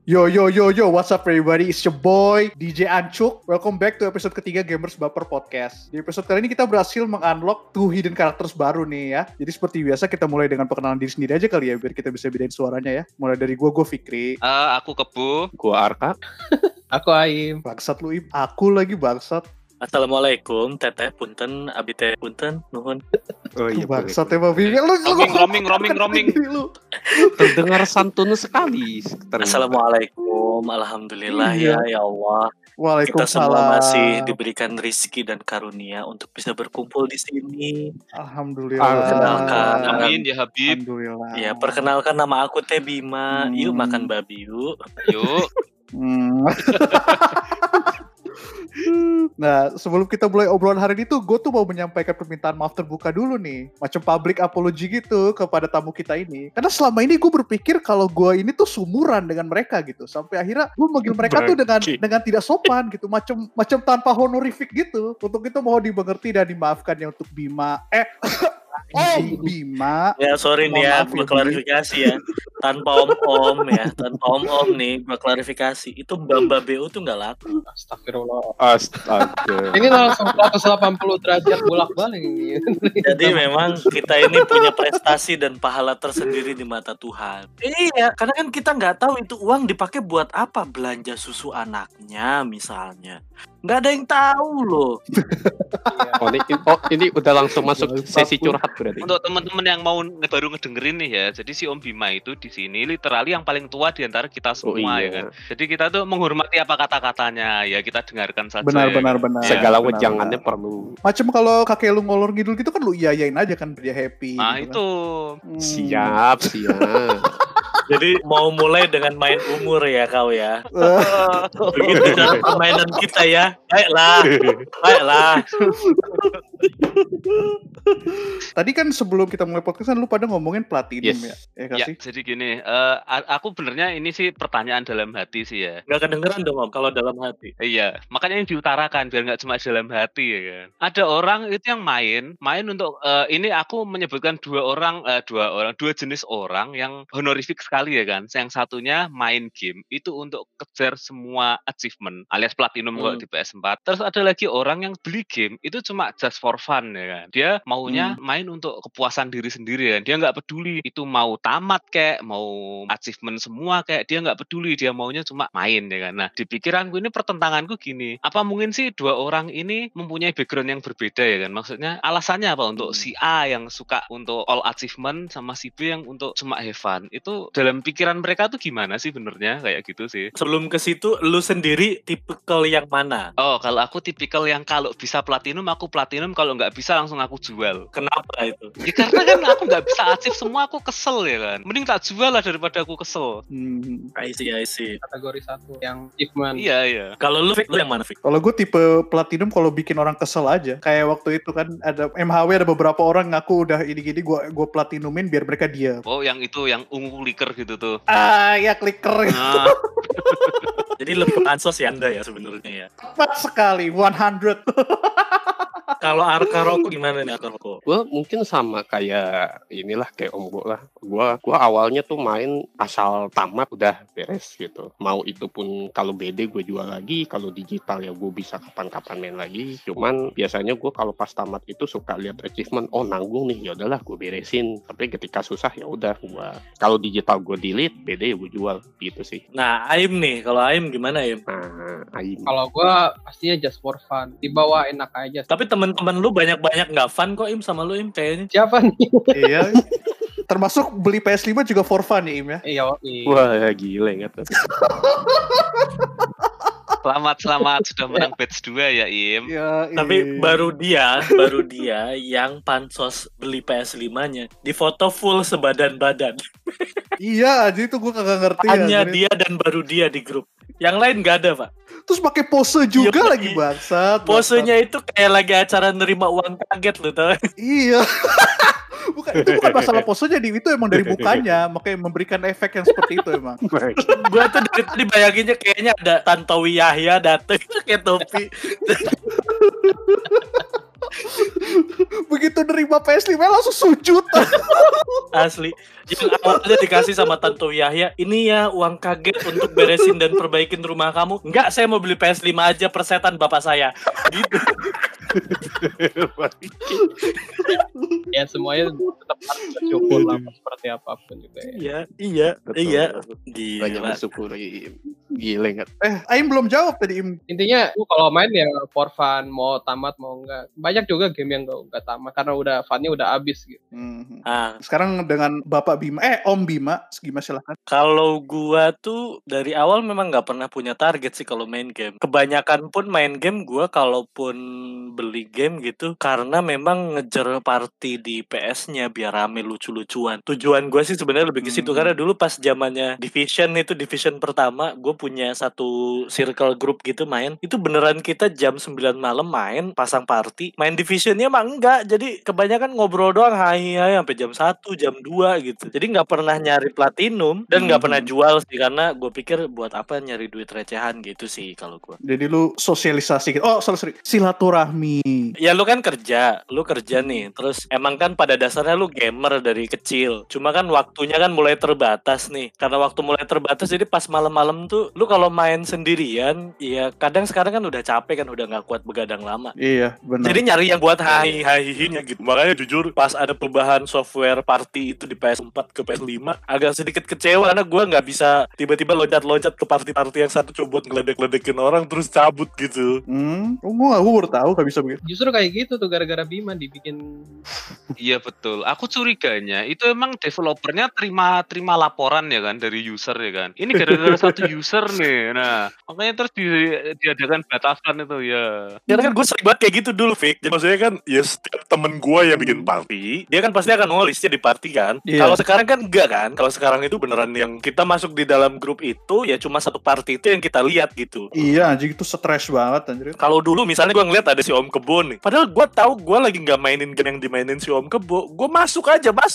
Yo, what's up everybody? It's your boy DJ Ancuk. Welcome back to episode ketiga Gamers Baper Podcast. Di episode kali ini kita berhasil mengunlock 2 hidden characters baru nih ya. Jadi seperti biasa kita mulai dengan perkenalan diri sendiri aja kali ya, biar kita bisa bedain suaranya ya. Mulai dari gue Fikri. Aku Kebu. Gue Arka. Aku Aim. Bangsat lu Im. Aku lagi bangsat. Assalamualaikum, teteh punten, abi teh punten, nuhun. Oh iya, bangsat ya babi. Roaming. Terdengar santun sekali. Assalamualaikum, alhamdulillah ya Allah. Kita semua masih diberikan rizki dan karunia untuk bisa berkumpul di sini. Alhamdulillah. Perkenalkan, amin ya Habib. Alhamdulillah. Ya, perkenalkan nama aku Teh Bima. Yuk makan babi yuk. Nah, sebelum kita mulai obrolan hari ini tuh, gue tuh mau menyampaikan permintaan maaf terbuka dulu nih. Macam public apology gitu kepada tamu kita ini. Karena selama ini gue berpikir kalau gue ini tuh sumuran dengan mereka gitu. Sampai akhirnya gue manggil mereka tuh dengan tidak sopan gitu. Macam tanpa honorific gitu. Untuk itu mohon dimengerti dan dimaafkan ya untuk Bima. Bima. Ya sorry nih ya, gue klarifikasi ya. Tanpa om-om nih, gue klarifikasi. Itu Mbak BU tuh gak laku. Astagfirullah. Astaga. Ini langsung 180 derajat bolak-balik ini. Jadi memang kita ini punya prestasi dan pahala tersendiri di mata Tuhan. Iya, karena kan kita gak tahu itu uang dipakai buat apa. Belanja susu anaknya misalnya. Nggak ada yang tahu loh. Ini udah langsung masuk sesi curhat berarti. Untuk teman-teman yang mau baru ngedengerin nih ya, jadi si Om Bima itu di sini literally yang paling tua di antara kita semua ya kan. Jadi kita tuh menghormati apa kata-katanya, ya kita dengarkan saja. Benar. Segala wejangannya perlu. Macam kalau kakek lu ngolor ngidul gitu kan lu iyain aja kan dia happy. Nah gitu itu. Siap. Jadi mau mulai dengan main umur ya kau ya. Begitu cara permainan kita ya. Baiklah. Tadi kan sebelum kita mulai podcast kan lu pada ngomongin platinum ya. Ya, jadi gini, aku benernya ini sih pertanyaan dalam hati sih ya. Gak kedengeran dong Om kalau dalam hati. Iya, makanya yang diutarakan biar nggak cuma dalam hati ya kan. Ada orang itu yang main untuk ini aku menyebutkan dua jenis orang yang honorific sekali ya kan. Yang satunya main game itu untuk kejar semua achievement alias platinum kalau di PS4. Terus ada lagi orang yang beli game itu cuma just for fun ya kan. Dia maunya main untuk kepuasan diri sendiri kan. Dia nggak peduli itu mau tamat kayak mau achievement semua kayak dia nggak peduli, dia maunya cuma main ya kan. Nah di pikiranku ini pertentanganku gini, apa mungkin sih dua orang ini mempunyai background yang berbeda ya kan. Maksudnya alasannya apa untuk si A yang suka untuk all achievement sama si B yang untuk cuma have fun. Itu dalam pikiran mereka tuh gimana sih benernya kayak gitu sih. Sebelum ke situ lu sendiri tipikal yang mana? Oh kalau aku tipikal yang kalau bisa platinum aku platinum, kalau nggak bisa langsung aku jual. Kenapa itu? Ya karena kan aku nggak bisa achieve semua, aku kesel ya kan. Mending tak jual lah daripada aku kesel. I see. Kategori 1 yang achievement. Iya. Kalau lu yang mana Fik? Kalau gue tipe platinum kalau bikin orang kesel aja. Kayak waktu itu kan ada MHW ada beberapa orang ngaku udah ini-gini gue platinumin biar mereka diam. Oh yang itu yang ungu clicker gitu tuh. Ya clicker. Jadi lebih ansos ya Anda ya sebenarnya ya. Tepat sekali 100. Kalau Arka Roko gimana nih Arka Roko? Gue mungkin sama kayak inilah kayak Om gue lah. Gue awalnya tuh main asal tamat udah beres gitu. Mau itu pun kalau BD gue jual lagi, kalau digital ya gue bisa kapan-kapan main lagi. Cuman biasanya gue kalau pas tamat itu suka lihat achievement, oh nanggung nih, ya udahlah gue beresin. Tapi ketika susah ya udah gue kalau digital gue delete, BD ya gue jual gitu sih. Nah Aim nih, kalau Aim gimana Aim? Aim. Kalau gue pastinya just for fun, dibawa enak aja. Tapi teman-teman lu banyak nggak fun kok Im sama lu Im kayaknya. Siapa nih? Iya. Termasuk beli PS5 juga for fun ya Im ya. Iya. Wah gile nggak tuh. Selamat sudah menang batch 2 ya Im. Ya, tapi baru dia yang pansos beli PS5-nya di foto full sebadan-badan. Iya, aja itu gue kagak ngerti. Hanya dia dan baru dia di grup. Yang lain nggak ada Pak. Terus pakai pose juga lagi bangsat. Posenya itu kayak lagi acara nerima uang kaget loh tau. Iya. Itu bukan masalah posenya, itu emang dari mukanya, makanya memberikan efek yang seperti itu emang. Gue tuh dari tadi bayanginnya kayaknya ada Tantowi Yahya dateng pakai topi. Begitu nerima PS5 langsung sujud. Asli. Yang awalnya dikasih sama Tante Yahya, ini ya uang kaget untuk beresin dan perbaikin rumah kamu. Enggak, saya mau beli PS5 aja persetan bapak saya. Gitu. Ya semuanya tetap harus bersyukur lah seperti apapun juga ya. Iya. Banyak Gila. bersyukuri. Gile nggak? Aim belum jawab tadi Im. Intinya lu kalau main ya for fun, mau tamat mau enggak. Banyak juga game yang enggak tamat karena udah funnya udah habis gitu. Sekarang dengan Bapak Bima, Om Bima, gimana silahkan. Kalau gua tuh dari awal memang nggak pernah punya target sih kalau main game. Kebanyakan pun main game gua kalaupun beli game gitu karena memang ngejar party di PS-nya biar rame lucu-lucuan. Tujuan gua sih sebenarnya lebih ke situ karena dulu pas zamannya Division pertama, gue punya satu circle group gitu main. Itu beneran kita jam 9 malam main, pasang party. Main Divisionnya mah enggak. Jadi kebanyakan ngobrol doang hai sampai jam 1, jam 2 gitu. Jadi nggak pernah nyari platinum dan nggak pernah jual sih karena gue pikir buat apa nyari duit recehan gitu sih kalau gue. Jadi lu sosialisasi gitu. Oh, sorry. Silaturahmi. Ya lu kan kerja nih. Terus emang kan pada dasarnya lu gamer dari kecil. Cuma kan waktunya kan mulai terbatas nih. Karena waktu mulai terbatas jadi pas malam-malam tuh lu kalau main sendirian ya kadang sekarang kan udah capek kan udah nggak kuat begadang lama. Iya, benar. Jadi nyari yang buat hai-hai-nya gitu. Makanya jujur pas ada perubahan software party itu di PS4 ke PS5 agak sedikit kecewa karena gue nggak bisa tiba-tiba loncat-loncat ke party-party yang satu coba buat ngeledek-ledekin orang terus cabut gitu. Gue baru tahu gak bisa begitu. Justru kayak gitu tuh gara-gara Bima dibikin. Iya betul. Aku curiganya itu emang developernya terima laporan ya kan dari user ya kan. Ini gara-gara satu user nih. Nah, makanya terus diadakan batasan itu ya. Karena kan gue sering banget kayak gitu dulu, Vic. Jadi maksudnya kan ya setiap temen gue yang bikin party, dia kan pasti akan nulisnya di party kan. Iya. Kalau sekarang kan enggak kan. Kalau sekarang itu beneran yang kita masuk di dalam grup itu ya cuma satu party itu yang kita lihat gitu. Iya, anjing itu stres banget anjir. Kalau dulu misalnya gue ngeliat ada si Om Kebo nih, padahal gue tahu gue lagi nggak mainin game yang dimainin si Om Kebo, gue masuk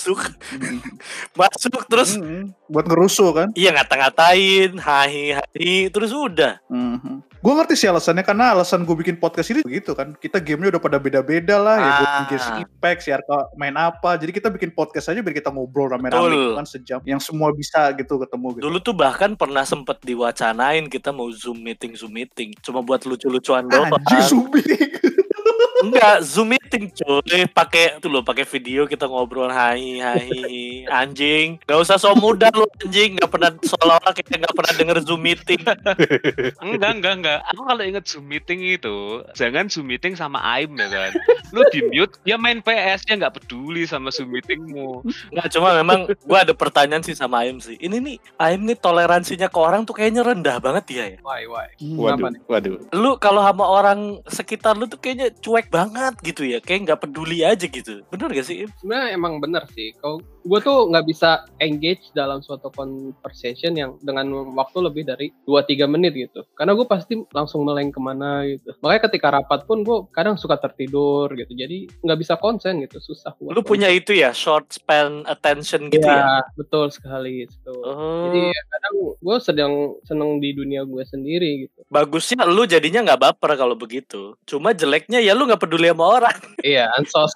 terus buat ngerusuh kan. iya ngata-ngatain, hai terus udah. Gue ngerti sih alasannya karena alasan gue bikin podcast ini begitu kan. Kita gamenya udah pada beda-beda lah ya. Gue bikin si Ipex, si Arka main apa. Jadi kita bikin podcast aja biar kita ngobrol rame-rame kan sejam. Yang semua bisa gitu ketemu gitu. Dulu tuh bahkan pernah sempet diwacanain kita mau Zoom meeting. Cuma buat lucu-lucuan doang. Anjing Zoom meeting. Enggak, Zoom meeting coy. Pakai video kita ngobrol hai anjing. Gak usah so muda lu anjing. Gak pernah seolah-olah kita gak pernah denger Zoom meeting. Enggak. Aku kalau inget Zoom meeting itu, jangan Zoom meeting sama Aim ya kan. Lu di mute, dia main PS, dia gak peduli sama Zoom meetingmu. Nggak, cuma memang gue ada pertanyaan sih sama Aim sih. Ini nih, Aim nih toleransinya ke orang tuh kayaknya rendah banget dia ya. Why? Waduh. Lu kalau sama orang sekitar lu tuh kayaknya cuek banget gitu ya. Kayak nggak peduli aja gitu. Bener gak sih, Im? Sebenarnya emang bener sih. Kalau gue tuh nggak bisa engage dalam suatu conversation yang dengan waktu lebih dari 2-3 menit gitu. Karena gue pasti langsung meleng kemana gitu. Makanya ketika rapat pun gue kadang suka tertidur gitu. Jadi nggak bisa konsen gitu, susah. Lu punya itu ya, short span attention gitu ya? Betul sekali. Jadi kadang gue seneng di dunia gue sendiri gitu. Bagusnya lu jadinya nggak baper kalau begitu. Cuma jeleknya ya lu nggak peduli sama orang. Iya, ansos.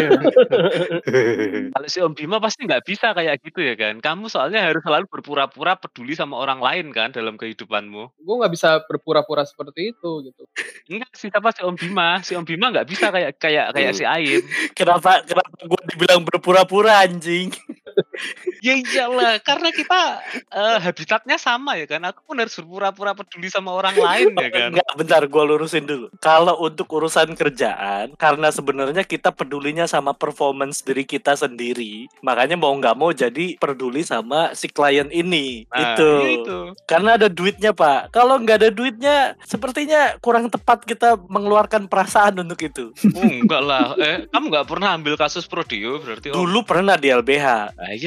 Kalau si Om Bima pasti nggak bisa kayak gitu ya kan. Kamu soalnya harus selalu berpura-pura peduli sama orang lain kan dalam kehidupanmu. Gue nggak bisa berpura-pura seperti itu gitu. Enggak sih, siapa si Om Bima? Si Om Bima nggak bisa kayak si Aim. Kenapa gue dibilang berpura-pura anjing? Ya iyalah, karena kita habitatnya sama ya kan. Aku pun harus berpura-pura peduli sama orang lain ya kan. Enggak, bentar gue lurusin dulu. Kalau untuk urusan kerjaan, karena sebenarnya kita pedulinya sama performance diri kita sendiri, makanya mau nggak mau jadi peduli sama si klien ini. Itu. Karena ada duitnya, Pak. Kalau nggak ada duitnya, sepertinya kurang tepat kita mengeluarkan perasaan untuk itu. Enggak lah. Kamu nggak pernah ambil kasus Prodio berarti? Dulu pernah di LBH. Iya kan sama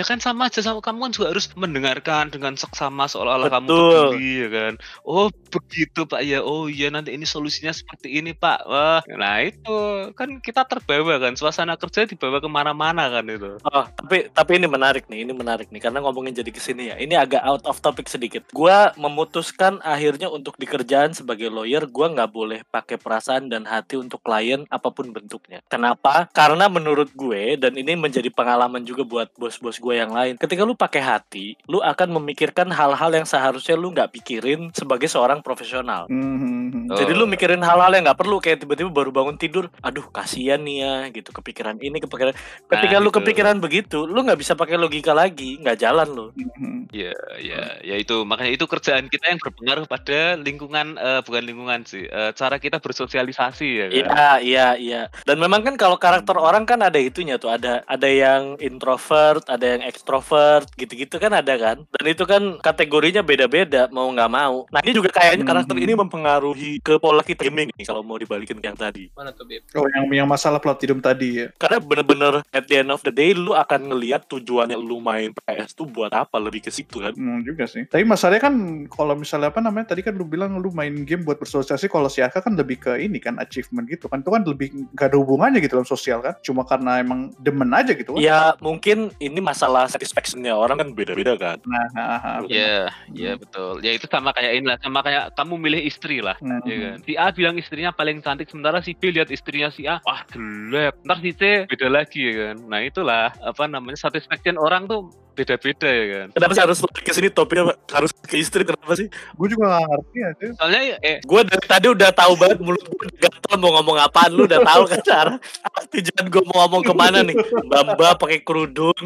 sama aja, sama kamu kan juga harus mendengarkan dengan seksama seolah-olah kamu Betul. peduli ya kan. Oh begitu Pak ya, oh iya nanti ini solusinya seperti ini Pak. Wah, nah itu kan kita terbawa kan, suasana kerja dibawa kemana-mana kan itu. Oh, tapi ini menarik nih karena ngomongin jadi kesini ya. Ini agak out of topic sedikit. Gua memutuskan akhirnya untuk di kerjaan sebagai lawyer, gua nggak boleh pakai perasaan dan hati untuk klien apapun bentuknya. Kenapa? Karena menurut gue, dan ini menjadi pengalaman juga buat bos-bos gue yang lain. Ketika lu pakai hati, lu akan memikirkan hal-hal yang seharusnya lu nggak pikirin sebagai seorang profesional. Jadi lu mikirin hal-hal yang nggak perlu, kayak tiba-tiba baru bangun tidur, aduh kasihan nih ya, gitu, kepikiran ini, kepikiran. Ketika lu gitu. kepikiran begitu, lu nggak bisa pakai logika lagi, nggak jalan lu. Ya itu makanya itu kerjaan kita yang berpengaruh pada lingkungan, bukan lingkungan sih, cara kita bersosialisasi ya kan. Iya. Dan memang kan kalau karakter orang kan ada itunya tuh, ada yang introvert, ada yang ekstrovert, gitu-gitu kan ada kan. Dan itu kan kategorinya beda-beda mau nggak mau. Nah ini juga kayaknya karakter ini mempengaruhi ke pola kita gaming nih kalau mau dibalikin ke yang tadi. Mana tuh, Bib? Oh, yang masalah platinum tadi ya. Karena bener-bener at the end of the day lu akan ngelihat tujuannya lu main PS tuh buat apa, lebih ke situ kan. Juga sih. Tapi masalahnya kan kalau misalnya tadi kan lu bilang lu main game buat bersosialisasi, kalau si Aka kan lebih ke ini kan achievement gitu kan. Itu kan lebih gak ada hubungannya gitu dalam sosial kan. Cuma karena emang demen aja gitu kan. Ya mungkin ini masalah satisfaction-nya orang kan beda-beda kan. Iya betul. Ya itu sama kayak inilah, sama kayak kamu milih istri lah, ya kan. Si A bilang istrinya paling cantik, sementara si B lihat istrinya si A, wah gelap. Ntar si C beda lagi ya kan. Nah itulah satisfaction orang tuh beda-beda ya kan. Kenapa sih harus ke sini topiknya harus ke istri, kenapa sih? Gue juga gak ngerti ya. Soalnya gue dari tadi udah tahu banget mulut gue gatel mau ngomong apaan, lu udah tahu kan cara tujuan gue mau ngomong kemana nih. Mbak pakai kerudung.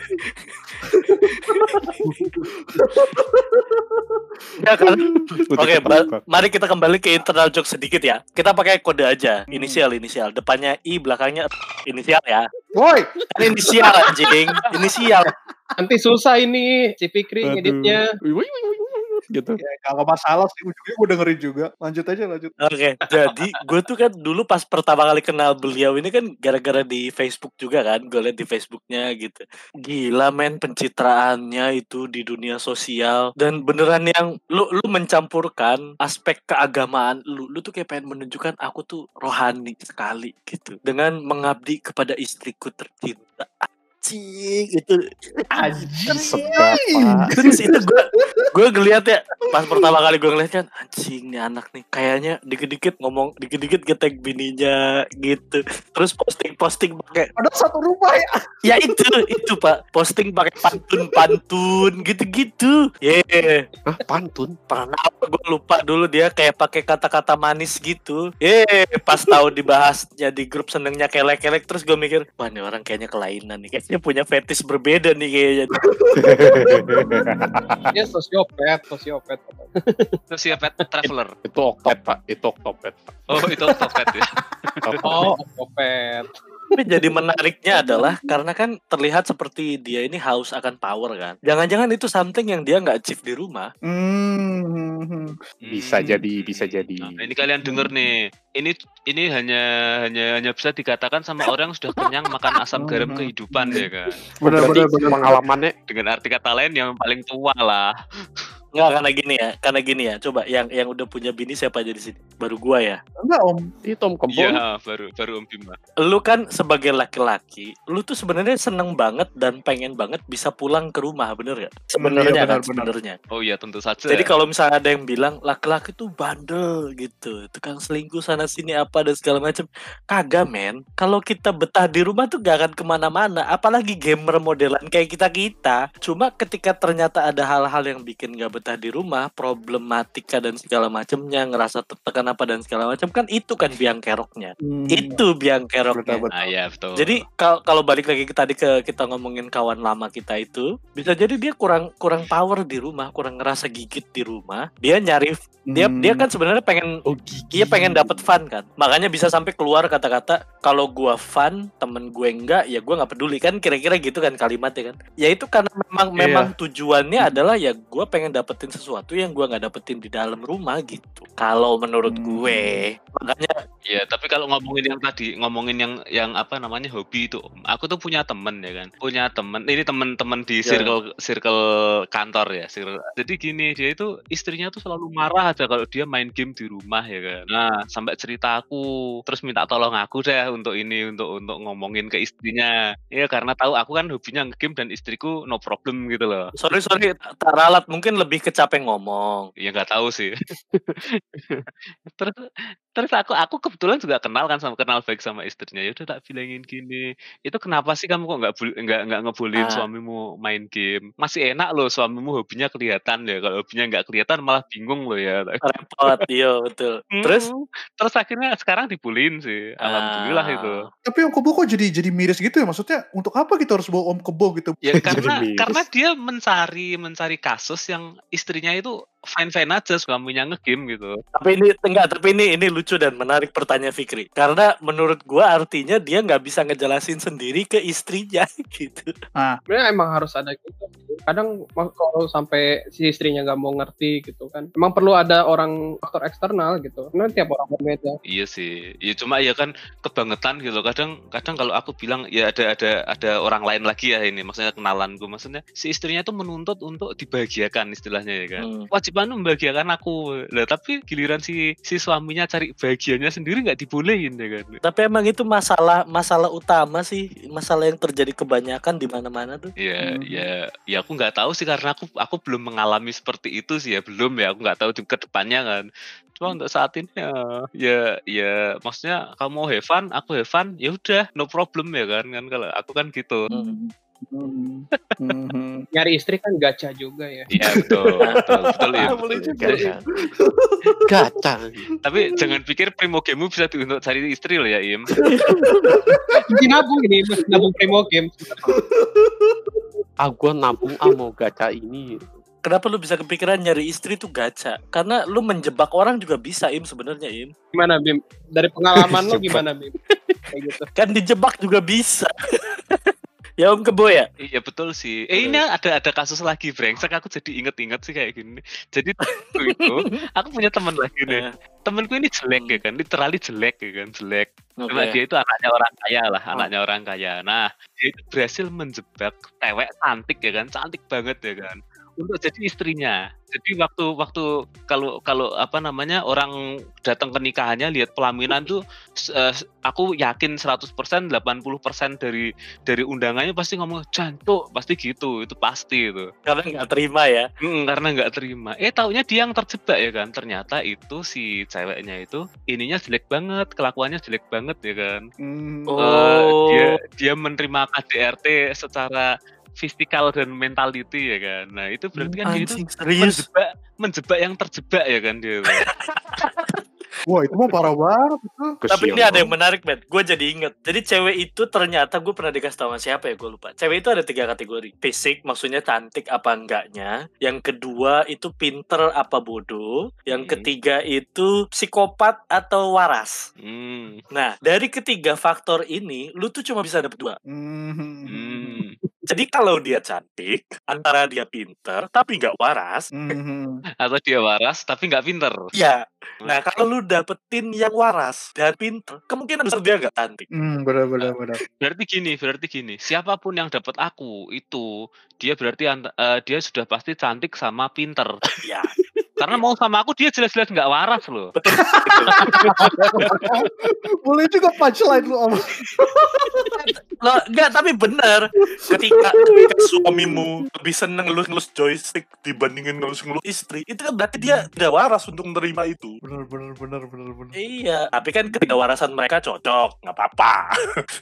Ya kan? Oke, mari kita kembali ke internal joke sedikit ya. Kita pakai kode aja, inisial. Depannya I, belakangnya inisial ya. Woi, Inisial anjing, inisial. Nanti susah ini si Fikri ngeditnya. Gitu. ya gak masalah sih, ujungnya gue dengerin juga. Lanjut aja. Oke, jadi gue tuh kan dulu pas pertama kali kenal beliau ini kan gara-gara di Facebook juga kan, gue liat di Facebooknya gitu. Gila men pencitraannya itu di dunia sosial, dan beneran yang lu mencampurkan aspek keagamaan lu tuh kayak pengen menunjukkan aku tuh rohani sekali gitu dengan mengabdi kepada istriku tercinta. Itu terus itu gue ngeliat ya pas pertama kali gue ngeliat kan, anjing nih anak nih kayaknya dikit-dikit ngetag bininya gitu, terus posting pakai Ada satu rumah ya. ya itu Pak, posting pakai pantun gitu. Hah, pantun? Pernah gue lupa dulu dia kayak pakai kata-kata manis gitu. Pas tahu dibahasnya di grup senengnya kelek-kelek, terus gue mikir, wah nih orang kayaknya kelainan nih, kayaknya punya fetish berbeda nih kayaknya. Dia sosiopat. Sosiopat traveler. Itu Octopet, Pak. Oh itu Octopet ya. Oh, Octopet. Tapi jadi menariknya adalah karena kan terlihat seperti dia ini haus akan power kan. Jangan-jangan itu something yang dia nggak achieve di rumah. Bisa jadi. Nah, ini kalian denger nih. Ini hanya bisa dikatakan sama orang yang sudah kenyang makan asam garam kehidupan ya kan. Benar. Pengalamannya Dengan arti kata lain yang paling tua lah. Nggak, karena gini ya. Coba yang udah punya bini siapa aja di sini? Baru gua ya. Enggak Om. itu Om Kebon. Iya, baru Om Bima. Lu kan sebagai laki-laki, lu tuh sebenarnya seneng banget dan pengen banget bisa pulang ke rumah, bener gak? Sebenarnya Iya, kan benar. sebenarnya. Oh iya tentu saja. Jadi kalau misalnya ada yang bilang laki-laki tuh bandel gitu, tukang selingkuh sana sini apa dan segala macam, kagak men. Kalau kita betah di rumah tuh gak akan kemana-mana, apalagi gamer modelan kayak kita. Cuma ketika ternyata ada hal-hal yang bikin gak betah di rumah, problematika dan segala macamnya, ngerasa tertekan apa dan segala macam, kan itu kan biang keroknya. Itu biang keroknya. Betul. Ah, ya, betul. Jadi kalau balik lagi tadi ke kita ngomongin kawan lama kita itu, bisa jadi dia kurang power di rumah, kurang ngerasa gigit di rumah. Dia nyari dia kan sebenarnya pengen pengen dapet fun kan. Makanya bisa sampai keluar kata-kata, kalau gua fun, temen gue enggak, ya gua nggak peduli kan, kira-kira gitu kan kalimatnya kan. Ya itu karena memang tujuannya adalah ya gua pengen dapetin sesuatu yang gua nggak dapetin di dalam rumah gitu. Kalau menurut gue, makanya Iya, tapi kalau ngomongin yang tadi, ngomongin yang apa namanya, hobi itu, aku tuh punya temen ya kan, punya temen, ini temen-temen di Ya. circle kantor ya, jadi gini, dia itu istrinya tuh selalu marah aja kalau dia main game di rumah ya kan. Nah, sampai cerita aku, terus minta tolong aku deh untuk ini, untuk ngomongin ke istrinya. Iya, karena tahu aku kan hobinya nge-game dan istriku no problem gitu loh. Sorry, tak ralat, mungkin lebih kecapek ngomong. Ya nggak tahu sih. Terus terus aku kebetulan juga kenal baik sama istrinya. Ya udah tak bilangin gini, "Itu kenapa sih kamu kok nggak ngebolehin Ah. suamimu main game? Masih enak loh suamimu hobinya kelihatan ya, kalau hobinya nggak kelihatan malah bingung loh ya." Repot, iya betul. Terus? Terus akhirnya sekarang dibolehin sih, alhamdulillah itu. Tapi Om Kebo kok jadi miris gitu ya? Maksudnya untuk apa kita harus bawa Om Kebo gitu? Ya Jadi karena miris. dia mencari kasus yang istrinya itu fine-fine aja suaminya nge-game gitu. Tapi ini lucu dan menarik pertanyaan Fikri. Karena menurut gua artinya dia nggak bisa ngejelasin sendiri ke istrinya gitu. Sebenarnya emang harus ada gitu. Kadang kalau sampai si istrinya nggak mau ngerti gitu kan, emang perlu ada orang faktor eksternal gitu. Karena tiap orang berbeda. Iya sih, ya cuma ya kan kebangetan gitu. Kadang kalau aku bilang ya ada orang lain lagi ya ini, maksudnya kenalanku, maksudnya si istrinya tuh menuntut untuk dibahagiakan istilahnya ya kan. Wajiban membahagiakan aku. Lah tapi giliran si suaminya cari bahagianya sendiri nggak dibolehin ya kan. Tapi emang itu masalah utama sih, masalah yang terjadi kebanyakan di mana-mana tuh. Ya aku nggak tahu sih karena aku belum mengalami seperti itu sih ya, belum ya, aku nggak tahu ke depannya kan. Cuma untuk saat ini ya maksudnya kamu mau have fun, aku have fun, ya udah no problem ya kan kalau aku kan gitu. Nyari istri kan gacha juga ya. Iya betul ya. Boleh juga. Gacha. Tapi jangan pikir Primo Game bisa untuk cari istri loh ya Im. Ini nabung Primo Game. Gua nabung mau gacha ini. Kenapa lu bisa kepikiran nyari istri tuh gacha? Karena lu menjebak orang juga bisa, Im, sebenarnya, Im. Gimana, Bim? Dari pengalaman lu gimana, Bim? Kayak gitu. Kan dijebak juga bisa. Ya Om Kebo ya? Iya betul sih. Ini ada kasus lagi brengsek, aku jadi inget sih kayak gini. Jadi aku punya teman lagi nih. Temenku ini jelek ya kan, literally jelek ya kan, jelek. Karena dia itu anaknya orang kaya. Nah, dia itu berhasil menjebak cewek cantik ya kan, cantik banget ya kan, untuk jadi istrinya. Jadi waktu kalau apa namanya, orang datang ke nikahannya lihat pelaminan tuh aku yakin 100%, 80% dari undangannya pasti ngomong jantuk, pasti gitu, itu pasti itu. Karena nggak terima ya. Karena nggak terima. Taunya dia yang terjebak ya kan. Ternyata itu si ceweknya itu ininya jelek banget, kelakuannya jelek banget ya kan. Dia menerima KDRT secara fisikal dan mentality ya kan. Nah itu berarti kan dia itu menjebak yang terjebak ya kan dia. Wah itu mah parah banget itu. Tapi ini ada yang menarik, Ben. Gue jadi inget. Jadi cewek itu ternyata gue pernah dikasih tahu sama siapa ya, gue lupa. Cewek itu ada 3 kategori. Fisik, maksudnya cantik apa enggaknya. Yang kedua itu pinter apa bodoh. Yang ketiga itu psikopat atau waras. Nah, dari ketiga faktor ini, lu tuh cuma bisa dapet 2. Jadi kalau dia cantik, antara dia pinter tapi nggak waras, atau dia waras tapi nggak pinter. Iya. Nah kalau lu dapetin yang waras dan pinter, kemungkinan besar dia nggak cantik. Benar. Berarti gini, siapapun yang dapat aku itu dia berarti dia sudah pasti cantik sama pinter. Iya. Karena mau sama aku dia jelas-jelas nggak waras loh. Betul. Boleh juga punchline lu Om. Loh, enggak, tapi benar. Ketika suamimu lebih seneng ngelus joystick dibandingin ngelus istri, itu kan berarti dia tidak waras untuk menerima itu. Benar. Iya, tapi kan ketidakWarasan mereka cocok, nggak apa-apa.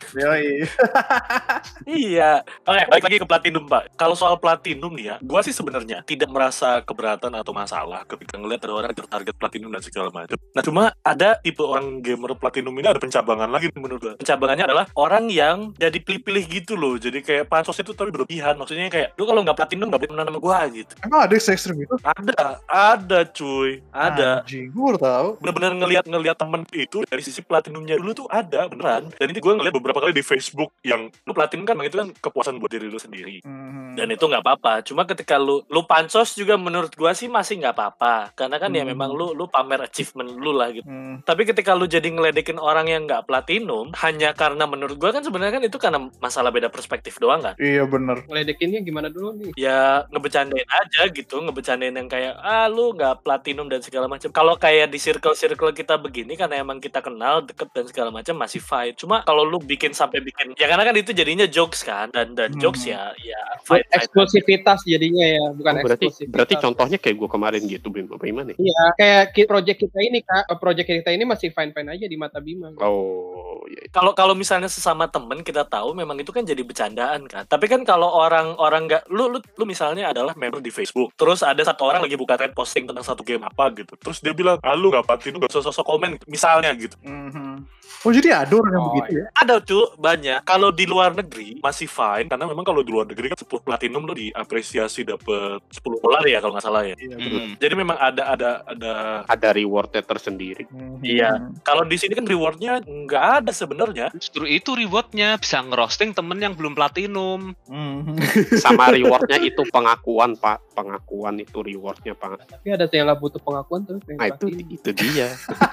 Iya. Oke, balik lagi ke Platinum, Pak. Kalau soal Platinum nih ya, gua sih sebenarnya tidak merasa keberatan atau masalah ketika ngelihat ada orang tertarget Platinum dan segala macam. Nah, cuma ada tipe orang gamer Platinum ini ada pencabangan lagi menurut gua. Pencabangannya adalah orang yang jadi pilih-pilih gitu loh. Jadi kayak pansos itu tapi berlebihan. Maksudnya kayak, lu kalau nggak Platinum nggak boleh temenan sama gua gitu. Emang ada yang se-ekstrim itu? Ada cuy. Ada. Anjing, gue baru tahu. Bener-bener ngelihat temen itu dari sisi Platinumnya dulu tuh ada beneran. Dan ini gue ngeliat beberapa kali di Facebook yang lu Platinum kan itu kan kepuasan buat diri lu sendiri. Dan itu nggak apa-apa. Cuma ketika lu pansos juga menurut gue sih masih nggak apa-apa. apa-apa. Karena kan ya memang lu pamer achievement lu lah gitu. Hmm. Tapi ketika lu jadi ngeledekin orang yang nggak platinum hanya karena menurut gua kan sebenarnya kan itu karena masalah beda perspektif doang kan. Iya bener. Ngeledekinnya gimana dulu nih? Ya ngebecandain aja gitu, ngebecandain yang kayak lu nggak platinum dan segala macam. Kalau kayak di circle kita begini karena emang kita kenal deket dan segala macam masih fine. Cuma kalau lu bikin sampai bikin ya karena kan itu jadinya jokes kan dan jokes ya fine. Eksklusivitas jadinya ya, bukan berarti contohnya kayak gue kemarin gitu, bagaimana? Iya, kayak project kita ini Kak, project kita ini masih fine aja di mata Bima. Oh, iya. Kalau misalnya sesama temen kita tahu memang itu kan jadi bercandaan kan. Tapi kan kalau orang nggak lu misalnya adalah member di Facebook, terus ada satu orang lagi buka thread posting tentang satu game apa gitu, terus dia bilang, lu nggak platinum, nggak sosok komen misalnya gitu. Oh jadi ada orang yang begitu ya? Ada tuh banyak. Kalau di luar negeri masih fine karena memang kalau di luar negeri kan 10 platinum lo diapresiasi dapat $10 ya kalau nggak salah ya. Jadi memang ada rewardnya tersendiri. Iya. Kalau di sini kan rewardnya nggak ada sebenarnya. Justru itu rewardnya bisa ngerosting temen yang belum platinum. Sama rewardnya itu pengakuan Pak. Pengakuan itu rewardnya Pak. Tapi ada yang nggak butuh pengakuan tuh. Nah itu dia.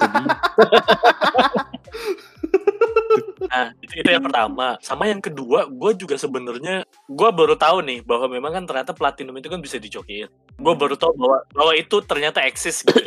Nah itu yang pertama. Sama yang kedua, gue juga sebenarnya gue baru tahu nih bahwa memang kan ternyata platinum itu kan bisa dijokiin. Gue baru tahu bahwa itu ternyata eksis gitu.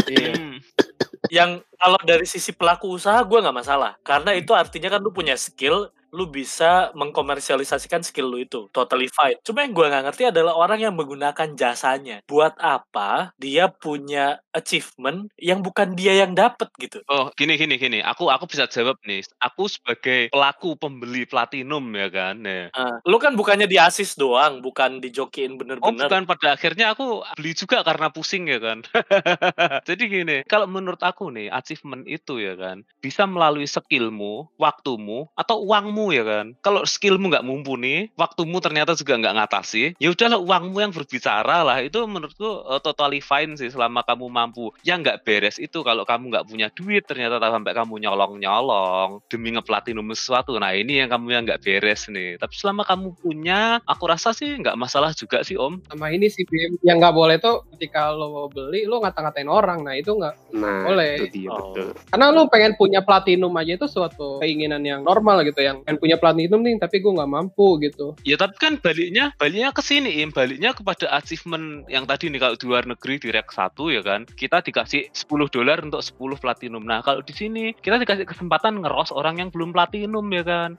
Yang kalau dari sisi pelaku usaha gue nggak masalah karena itu artinya kan lu punya skill, lu bisa mengkomersialisasikan skill lu itu, totally fine. Cuma yang gue nggak ngerti adalah orang yang menggunakan jasanya. Buat apa dia punya achievement yang bukan dia yang dapat gitu? Oh, gini. Aku bisa jawab nih. Aku sebagai pelaku pembeli platinum ya kan. Lu kan bukannya di assist doang, bukan dijokiin bener-bener. Oh, bukan, pada akhirnya aku beli juga karena pusing ya kan. Jadi gini, kalau menurut aku nih, achievement itu ya kan, bisa melalui skillmu, waktumu, atau uangmu ya kan. Kalau skillmu nggak mumpuni, waktumu ternyata juga nggak ngatasi, ya udahlah uangmu yang berbicara lah. Itu menurutku totally fine sih selama kamu mampu. Yang nggak beres itu kalau kamu nggak punya duit ternyata sampai kamu nyolong demi ngeplatinum sesuatu. Nah ini yang kamu yang nggak beres nih. Tapi selama kamu punya, aku rasa sih nggak masalah juga sih Om. Sama ini sih Bim, yang nggak boleh tuh ketika lo beli lo ngata-ngatain orang. Nah itu nggak boleh. Itu dia, betul. Karena lo pengen punya platinum aja itu suatu keinginan yang normal gitu, yang pengen punya platinum nih tapi gue nggak mampu gitu. Ya tapi kan baliknya ke sini baliknya kepada achievement yang tadi nih. Kalau di luar negeri di Rek 1 ya kan, kita dikasih $10 untuk 10 platinum. Nah kalau di sini kita dikasih kesempatan ngeros orang yang belum platinum ya kan.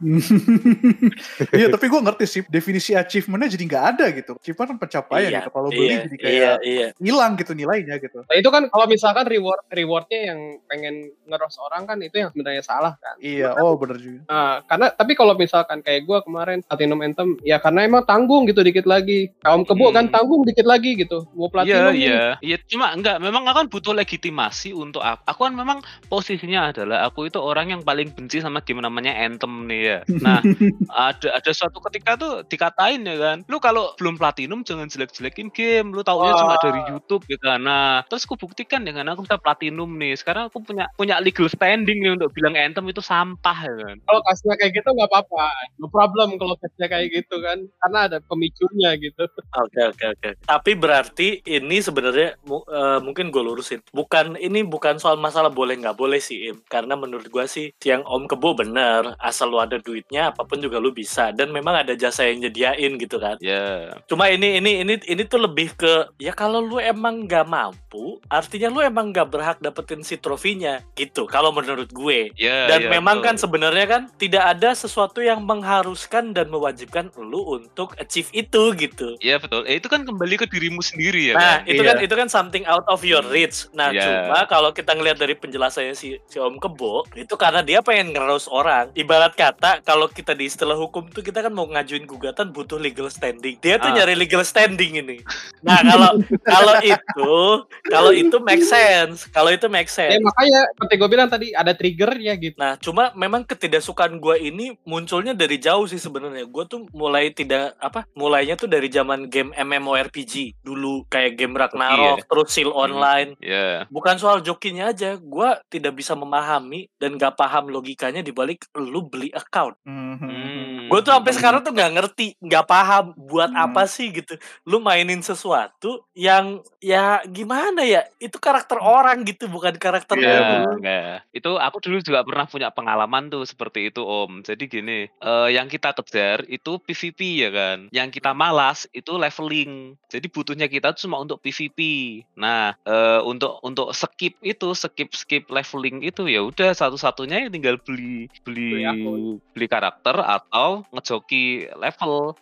Iya tapi gue ngerti sih definisi achievementnya jadi nggak ada gitu. Achievement kan pencapaian gitu. Kalau beli jadi kayak hilang gitu nilainya gitu. Nah itu kan kalau misalkan rewardnya yang pengen ngeros orang kan itu yang sebenarnya salah kan. Iya, bener juga. Karena tapi kalau misalkan kayak gue kemarin Platinum Anthem ya karena emang tanggung gitu dikit lagi. Kaum Kebo kan tanggung dikit lagi gitu. Mau platinum. Iya cuma enggak, memang akan butuh legitimasi untuk aku. Aku kan memang posisinya adalah aku itu orang yang paling benci sama game namanya Anthem nih ya. Nah, ada suatu ketika tuh dikatain ya kan, lu kalau belum platinum jangan jelek-jelekin game, lu taunya cuma dari YouTube ya kan. Nah, terus aku buktikan dengan aku bisa platinum nih. Sekarang aku punya legal standing nih untuk bilang Anthem itu sampah ya kan. Kalau kasnya kayak gitu nggak apa-apa, no problem kalau kasnya kayak gitu kan, karena ada pemicunya gitu. Oke. Tapi berarti ini sebenarnya mungkin gue lurusin. Bukan soal masalah boleh nggak boleh sih Im. Karena menurut gue sih yang Om Kebo bener, asal lu ada duitnya apapun juga lu bisa. Dan memang ada jasa yang nyediain gitu kan. Ya. Cuma ini tuh lebih ke ya kalau lu emang nggak mampu, artinya lu emang nggak berhak dapetin si trofinya gitu. Kalau menurut gue. Dan memang kan sebenarnya kan tidak ada sesuatu yang mengharuskan dan mewajibkan lu untuk achieve itu gitu. Iya betul. Itu kan kembali ke dirimu sendiri ya. Nah, kan? itu kan something out of your reach. Nah, cuma kalau kita ngelihat dari penjelasannya si Om Kebo, itu karena dia pengen ngeroast orang. Ibarat kata kalau kita di istilah hukum tuh kita kan mau ngajuin gugatan butuh legal standing. Dia tuh nyari legal standing ini. Nah, kalau itu make sense. Kalau itu make sense. Ya makanya seperti gue bilang tadi ada triggernya gitu. Nah, cuma memang ketidaksukaan gue ini munculnya dari jauh sih sebenarnya. Gue tuh mulainya tuh dari zaman game MMORPG dulu, kayak game Ragnarok, terus Seal Online. Bukan soal jokinya aja, gue tidak bisa memahami dan gak paham logikanya dibalik lu beli account. Gue tuh sampai sekarang tuh nggak ngerti, nggak paham buat apa sih gitu. Lu mainin sesuatu yang ya gimana ya? Itu karakter orang gitu, bukan karakter lu. Enggak. Itu aku dulu juga pernah punya pengalaman tuh seperti itu Om. Jadi gini, yang kita kejar itu PVP ya kan. Yang kita malas itu leveling. Jadi butuhnya kita tuh cuma untuk PVP. Nah, untuk skip leveling itu ya udah satu-satunya ya tinggal beli karakter atau ngejoki level.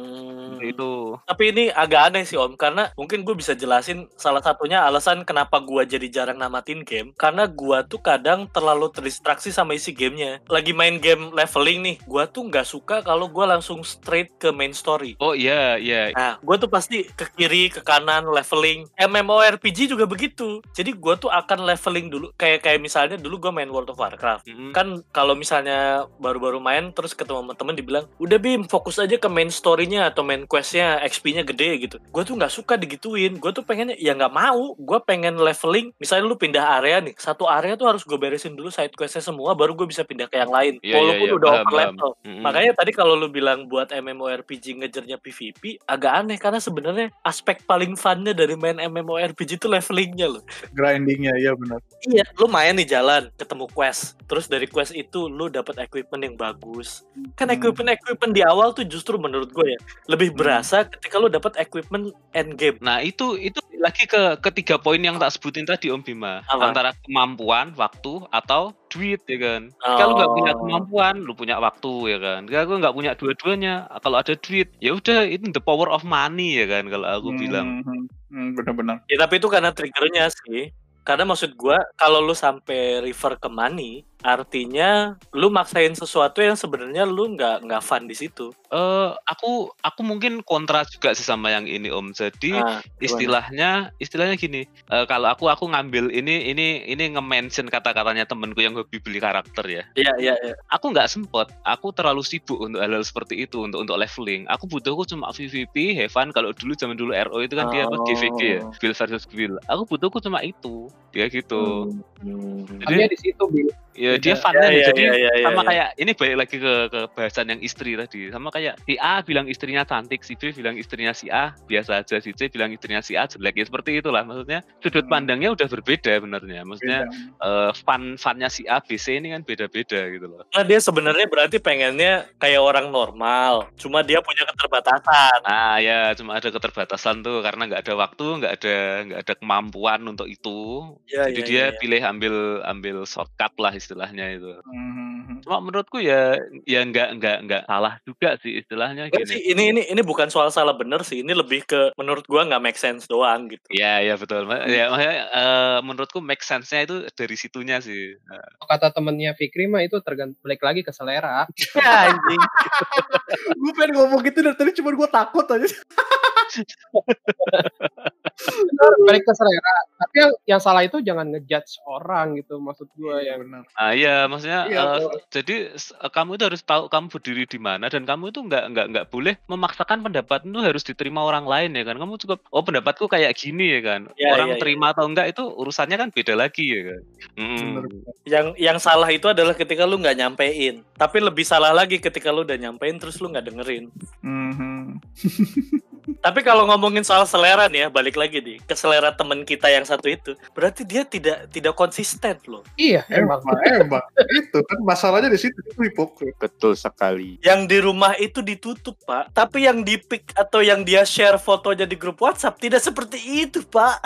Itu. Tapi ini agak aneh sih Om, karena mungkin gue bisa jelasin salah satunya alasan kenapa gue jadi jarang namatin game. Karena gue tuh kadang terlalu terdistraksi sama isi gamenya. Lagi main game leveling nih, gue tuh nggak suka kalau gue langsung straight ke main story. Oh iya. Nah, gue tuh pasti ke kiri, ke kanan, leveling. MMORPG juga begitu. Jadi gue tuh akan leveling dulu. Kayak misalnya dulu gue main World of Warcraft. Kan kalau misalnya baru-baru main terus ketemu temen dibilang, udah Bim, fokus aja ke main story-nya atau main quest-nya, XP-nya gede gitu. Gue tuh nggak suka digituin. Gue tuh pengennya ya nggak mau. Gue pengen leveling. Misalnya lu pindah area nih, satu area tuh harus gue beresin dulu side quest-nya semua, baru gue bisa pindah ke yang lain. Walaupun udah over level. Makanya tadi kalau lu bilang buat MMORPG ngejarnya PVP, agak aneh karena sebenarnya aspek paling fun-nya dari main MMORPG itu levelingnya loh. Grindingnya, iya benar. Iya, lu main nih jalan, ketemu quest. Terus dari quest itu lu dapat equipment yang bagus. Kan equipment di awal tuh justru menurut gue ya lebih berasa ketika lu dapat equipment end game. Nah, itu lagi ke ketiga poin yang tak sebutin tadi Om Bima. Apa? Antara kemampuan, waktu atau duit ya kan. Kalau nggak punya kemampuan, lu punya waktu ya kan. Kalau nggak punya dua-duanya, kalau ada duit, ya udah itu the power of money ya kan kalau aku bilang. Benar-benar. Ya tapi itu karena triggernya sih. Karena maksud gue kalau lu sampai refer ke money, artinya lu maksain sesuatu yang sebenarnya lu nggak fun di situ. Aku mungkin kontra juga sih sama yang ini Om. Jadi istilahnya gini. Kalau aku ngambil ini nge-mention kata-katanya temenku yang hobi beli karakter ya. Iya. Aku nggak sempet. Aku terlalu sibuk untuk hal-hal seperti itu untuk leveling. Aku butuhku cuma PVP, have fun. Kalau zaman dulu RO itu kan dia GVG ya, guild versus guild. Aku butuhku cuma itu. Dia gitu. Jadi di situ ya dia fun-nya jadi sama kayak ini balik lagi ke bahasan yang istri tadi. Sama kayak si A bilang istrinya cantik, si B bilang istrinya si A biasa aja, si C bilang istrinya si A jelek. Ya seperti itulah maksudnya. Sudut pandangnya udah berbeda benernya. Maksudnya fun-nya si A, B, C ini kan beda-beda gitu loh. Nah, dia sebenarnya berarti pengennya kayak orang normal, cuma dia punya keterbatasan. Ya cuma ada keterbatasan tuh karena nggak ada waktu, nggak ada kemampuan untuk itu. Jadi dia pilih ambil shortcut lah istilahnya itu. Cuma menurutku ya nggak salah juga sih istilahnya gini. Ini bukan soal salah bener sih, ini lebih ke menurut gua nggak make sense doang gitu. Iya betul. Ya makanya menurutku make sense-nya itu dari situnya sih. Kata temennya Fikri mah itu balik lagi ke selera. Ya anjing. Gue pengen ngomong gitu dari tadi cuma gue takut aja. Balik ke selera. Tapi yang salah itu jangan ngejudge orang gitu maksud gue ya. Benar. Iya maksudnya jadi kamu itu harus tahu kamu berdiri di mana dan kamu itu nggak boleh memaksakan pendapat itu harus diterima orang lain ya kan. Kamu cukup pendapatku kayak gini ya kan. Orang terima atau enggak itu urusannya kan beda lagi ya kan. Yang salah itu adalah ketika lu nggak nyampein. Tapi lebih salah lagi ketika lu udah nyampein terus lu nggak dengerin. Tapi kalau ngomongin soal selera nih ya, balik lagi nih ke selera teman kita yang satu itu, berarti dia tidak konsisten loh. Iya, emang. Itu kan masalahnya di situ, itu hipokrit. Betul sekali. Yang di rumah itu ditutup, Pak. Tapi yang di pick atau yang dia share fotonya di grup WhatsApp tidak seperti itu, Pak.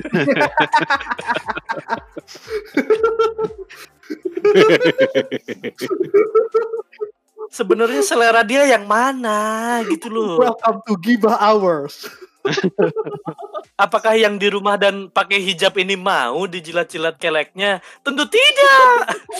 Sebenarnya selera dia yang mana gitu loh. Welcome to Gibah Hours. Apakah yang di rumah dan pakai hijab ini mau dijilat-jilat keleknya? Tentu tidak.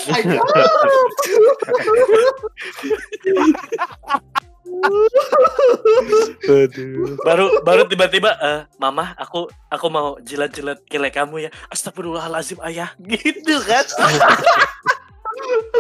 baru tiba-tiba mama aku mau jilat-jilat kelek kamu ya. Astagfirullahalazim ayah. Gitu kan.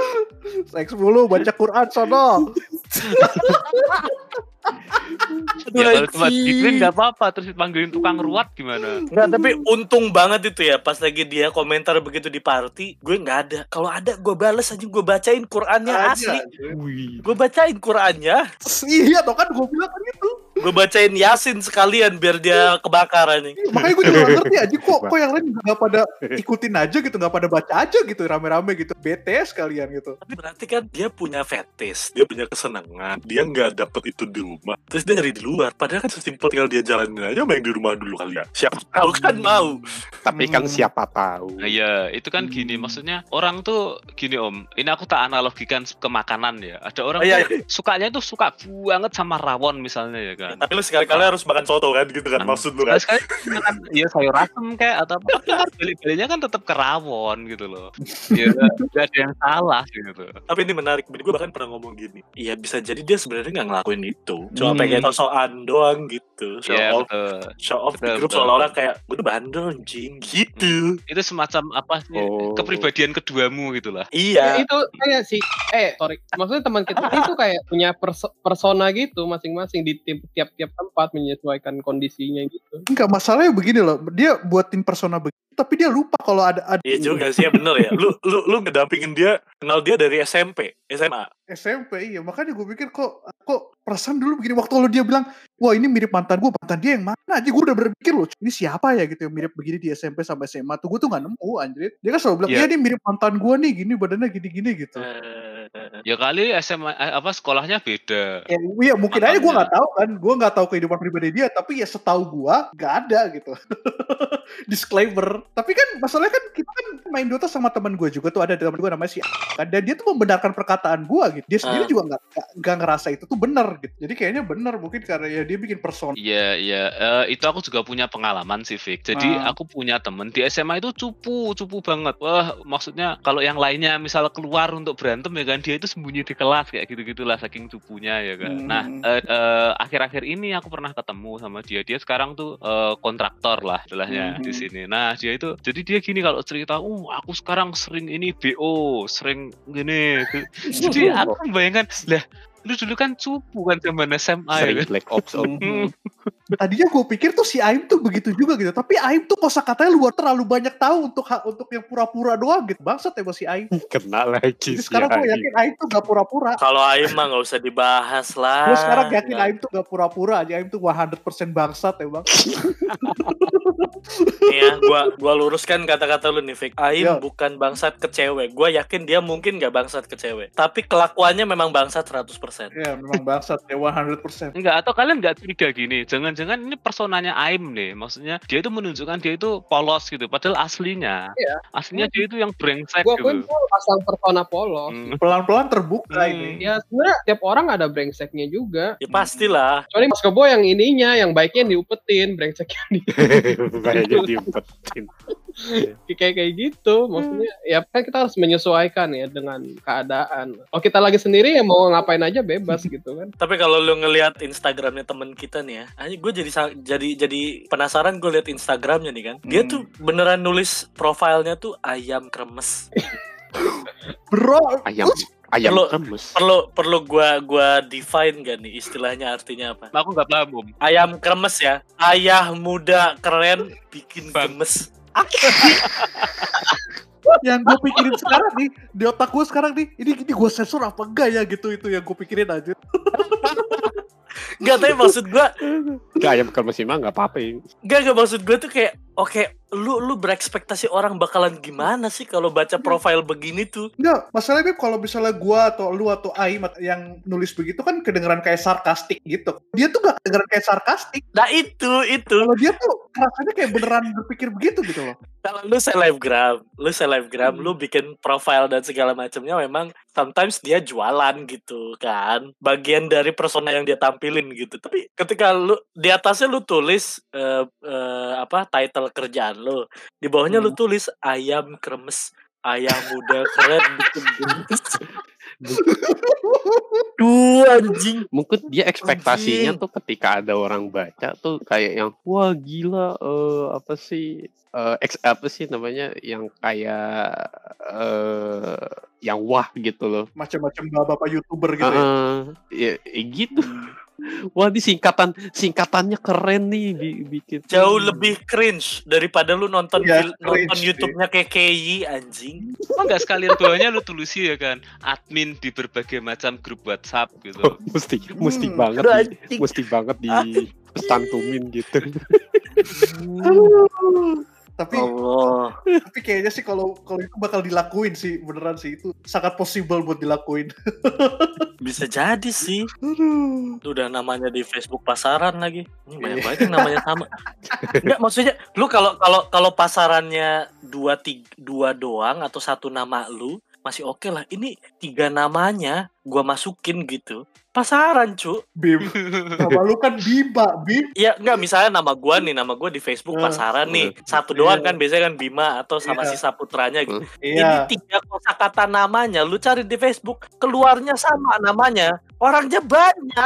Seks mulu baca Quran sono. Ya kalau cuma gituin nggak apa-apa, terus dipanggilin tukang ruat gimana? Nggak, tapi untung banget itu ya pas lagi dia komentar begitu di party, gue nggak ada. Kalau ada gue bales aja, gue bacain Qurannya asli. Gue bacain Qurannya. Iya toh kan gue bilang kan gitu. Gue bacain Yasin sekalian biar dia kebakaran nih. Makanya gue juga gak ngerti aja kok yang lain gak pada ikutin aja gitu, gak pada baca aja gitu rame-rame gitu, BTS kalian gitu. Tapi berarti kan dia punya fetish, dia punya kesenangan, dia nggak dapet itu di rumah, terus dia nyari di luar. Padahal kan sesimpel tinggal dia jalanin aja main di rumah dulu kali ya. Siapa tahu kan mau. Tapi kan siapa tahu. Nah, iya, itu kan gini, maksudnya orang tuh gini Om, ini aku tak analogikan ke makanan ya. Ada orang tuh sukanya tuh suka banget sama rawon misalnya ya kan. Tapi lu sekali-kali harus makan soto kan gitu kan, maksud lu kan. Sekali makan ya sayur asem kayak atau apa, tapi kan balik-baliknya kan tetap ke rawon gitu loh. Ya gak ada yang salah gitu. Tapi ini menarik, gue bahkan pernah ngomong gini, iya bisa jadi dia sebenarnya nggak ngelakuin itu, cuma pengen sok-sokan doang gitu, show off di grup seolah-olah kayak gue tuh bandel anjing gitu. Itu semacam apa sih, kepribadian keduamu gitulah. Iya. Itu kayak si maksudnya teman kita itu kayak punya persona gitu masing-masing di tiap-tiap tempat menyesuaikan kondisinya gitu. Enggak, masalahnya begini loh, dia buatin persona begitu tapi dia lupa kalau ada Iya juga sih ya, bener ya. Lu ngedampingin dia, kenal dia dari SMP, SMA. Iya, makanya gue pikir kok perasaan dulu begini waktu lo dia bilang, wah ini mirip mantan dia yang mana aja, gue udah berpikir loh, ini siapa ya gitu yang mirip begini di SMP sampai SMA tuh, gue tuh gak nemu anjir. Dia kan selalu bilang, iya ini mirip mantan gue nih, gini badannya gini-gini gitu. Ya kali SMA sekolahnya beda. Ya, iya mungkin aja gue nggak tahu kan, gue nggak tahu kehidupan pribadi dia, tapi ya setahu gue nggak ada gitu. Disclaimer. Tapi kan masalahnya kan kita kan main Dota sama teman gue juga tuh, ada teman gue namanya si kan, dan dia tuh membenarkan perkataan gue gitu. Dia sendiri juga nggak ngerasa itu tuh benar gitu. Jadi kayaknya benar mungkin karena ya dia bikin persona. Iya. Itu aku juga punya pengalaman sih, Vic. Jadi aku punya temen di SMA itu cupu banget. Wah, maksudnya kalau yang lainnya misal keluar untuk berantem ya kan, dia itu sembunyi di kelas kayak gitu-gitulah saking cupunya ya kan. Nah, akhir-akhir ini aku pernah ketemu sama dia. Dia sekarang tuh kontraktor lah istilahnya di sini. Nah, dia itu jadi dia gini kalau cerita, aku sekarang sering ini BO, sering gini. Jadi aku membayangkan, lah lu dulu kan cupu kan zaman SMA ya. Black Ops Tadinya gue pikir tuh si Aim tuh begitu juga gitu, tapi Aim tuh kosakatanya luar terlalu banyak tahu untuk yang pura-pura doang gitu. Bangsat ya si Aim. Kena lagi. Sekarang gue yakin Aim tuh gak pura-pura. Kalau Aim mah gak usah dibahas lah. Gue sekarang yakin Aim tuh gak pura-pura aja. Aim tuh 100% bangsat ya bang. Iya, gua luruskan kata-kata lu nih, Vic. Aim bukan bangsat ke cewek. Gua yakin dia mungkin gak bangsat ke cewek, tapi kelakuannya memang bangsat 100%. Iya, memang bangsat ya 100%. Enggak, atau kalian gak curiga gini, jangan-jangan ini personanya Aim nih. Maksudnya dia itu menunjukkan dia itu polos gitu, padahal aslinya dia itu yang brengsek gua gitu. Gua pun pasang persona polos. Pelan-pelan terbuka ini. Ya sebenarnya tiap orang ada brengseknya juga. Ya pastilah. Kecuali Mas Kebo yang ininya, yang baiknya diupetin, brengseknya Kayaknya diumpetin. kayak gitu, maksudnya ya kan kita harus menyesuaikan ya dengan keadaan. Kalau kita lagi sendiri ya mau ngapain aja bebas gitu kan. Tapi kalau lu ngelihat Instagramnya temen kita nih ya, gue jadi penasaran. Gue lihat Instagramnya nih kan, dia tuh beneran nulis profilnya tuh ayam kremes. Bro, ayam kremes. Perlu gua define gak nih istilahnya artinya apa? Aku nggak paham, Om. Ayam kremes ya, ayah muda keren bikin gemes. Yang gue pikirin sekarang nih, di otak gue sekarang nih, ini gue sensor apa enggak ya gitu, itu yang gue pikirin aja. Gak, tapi maksud gue ayam kremes mah gak apa-apa ya. Gak maksud gue tuh kayak oke, lu berekspektasi orang bakalan gimana sih kalau baca profil begini tuh? Enggak, masalahnya kalau misalnya gua atau lu atau Aim yang nulis begitu kan kedengeran kayak sarkastik gitu. Dia tuh gak kedengeran kayak sarkastik. Nah itu. Kalau dia tuh rasanya kayak beneran berpikir begitu gitu loh. Kalau lu selebgram, lu bikin profil dan segala macamnya memang sometimes dia jualan gitu kan. Bagian dari persona yang dia tampilin gitu. Tapi ketika lu di atasnya lu tulis title kerjaan lo, di bawahnya lu tulis ayam kremes, ayam muda keren bikin gemes. Duh anjing. Mungkin dia ekspektasinya tuh ketika ada orang baca tuh kayak yang wah gila apa sih namanya yang kayak yang wah gitu loh. Macam-macam bapak YouTuber gitu ya gitu. Wah, ini singkatannya keren nih bikin. Jauh lebih cringe daripada lu nonton cringe, YouTube-nya KKI anjing. Kok nggak sekalian bawahnya lu tulisi ya kan? Admin di berbagai macam grup WhatsApp gitu. Mesti banget di pesantumin gitu. Tapi kayaknya sih kalau itu bakal dilakuin sih, beneran sih, itu sangat possible buat dilakuin. Bisa jadi sih. Itu udah namanya di Facebook pasaran lagi. Ini banyak banget yang namanya sama. Enggak, maksudnya lu kalau pasarannya dua doang atau satu nama lu masih oke lah. Ini 3 namanya gua masukin gitu. Pasaran, cu. Bim. Nama lu kan Bima, Bim. Iya, enggak, misalnya nama gua di Facebook pasaran nih. Satu doang kan biasanya kan Bima atau sama si Saputranya gitu. Ini 3 kosakata namanya, lu cari di Facebook, keluarnya sama namanya. Orangnya banyak.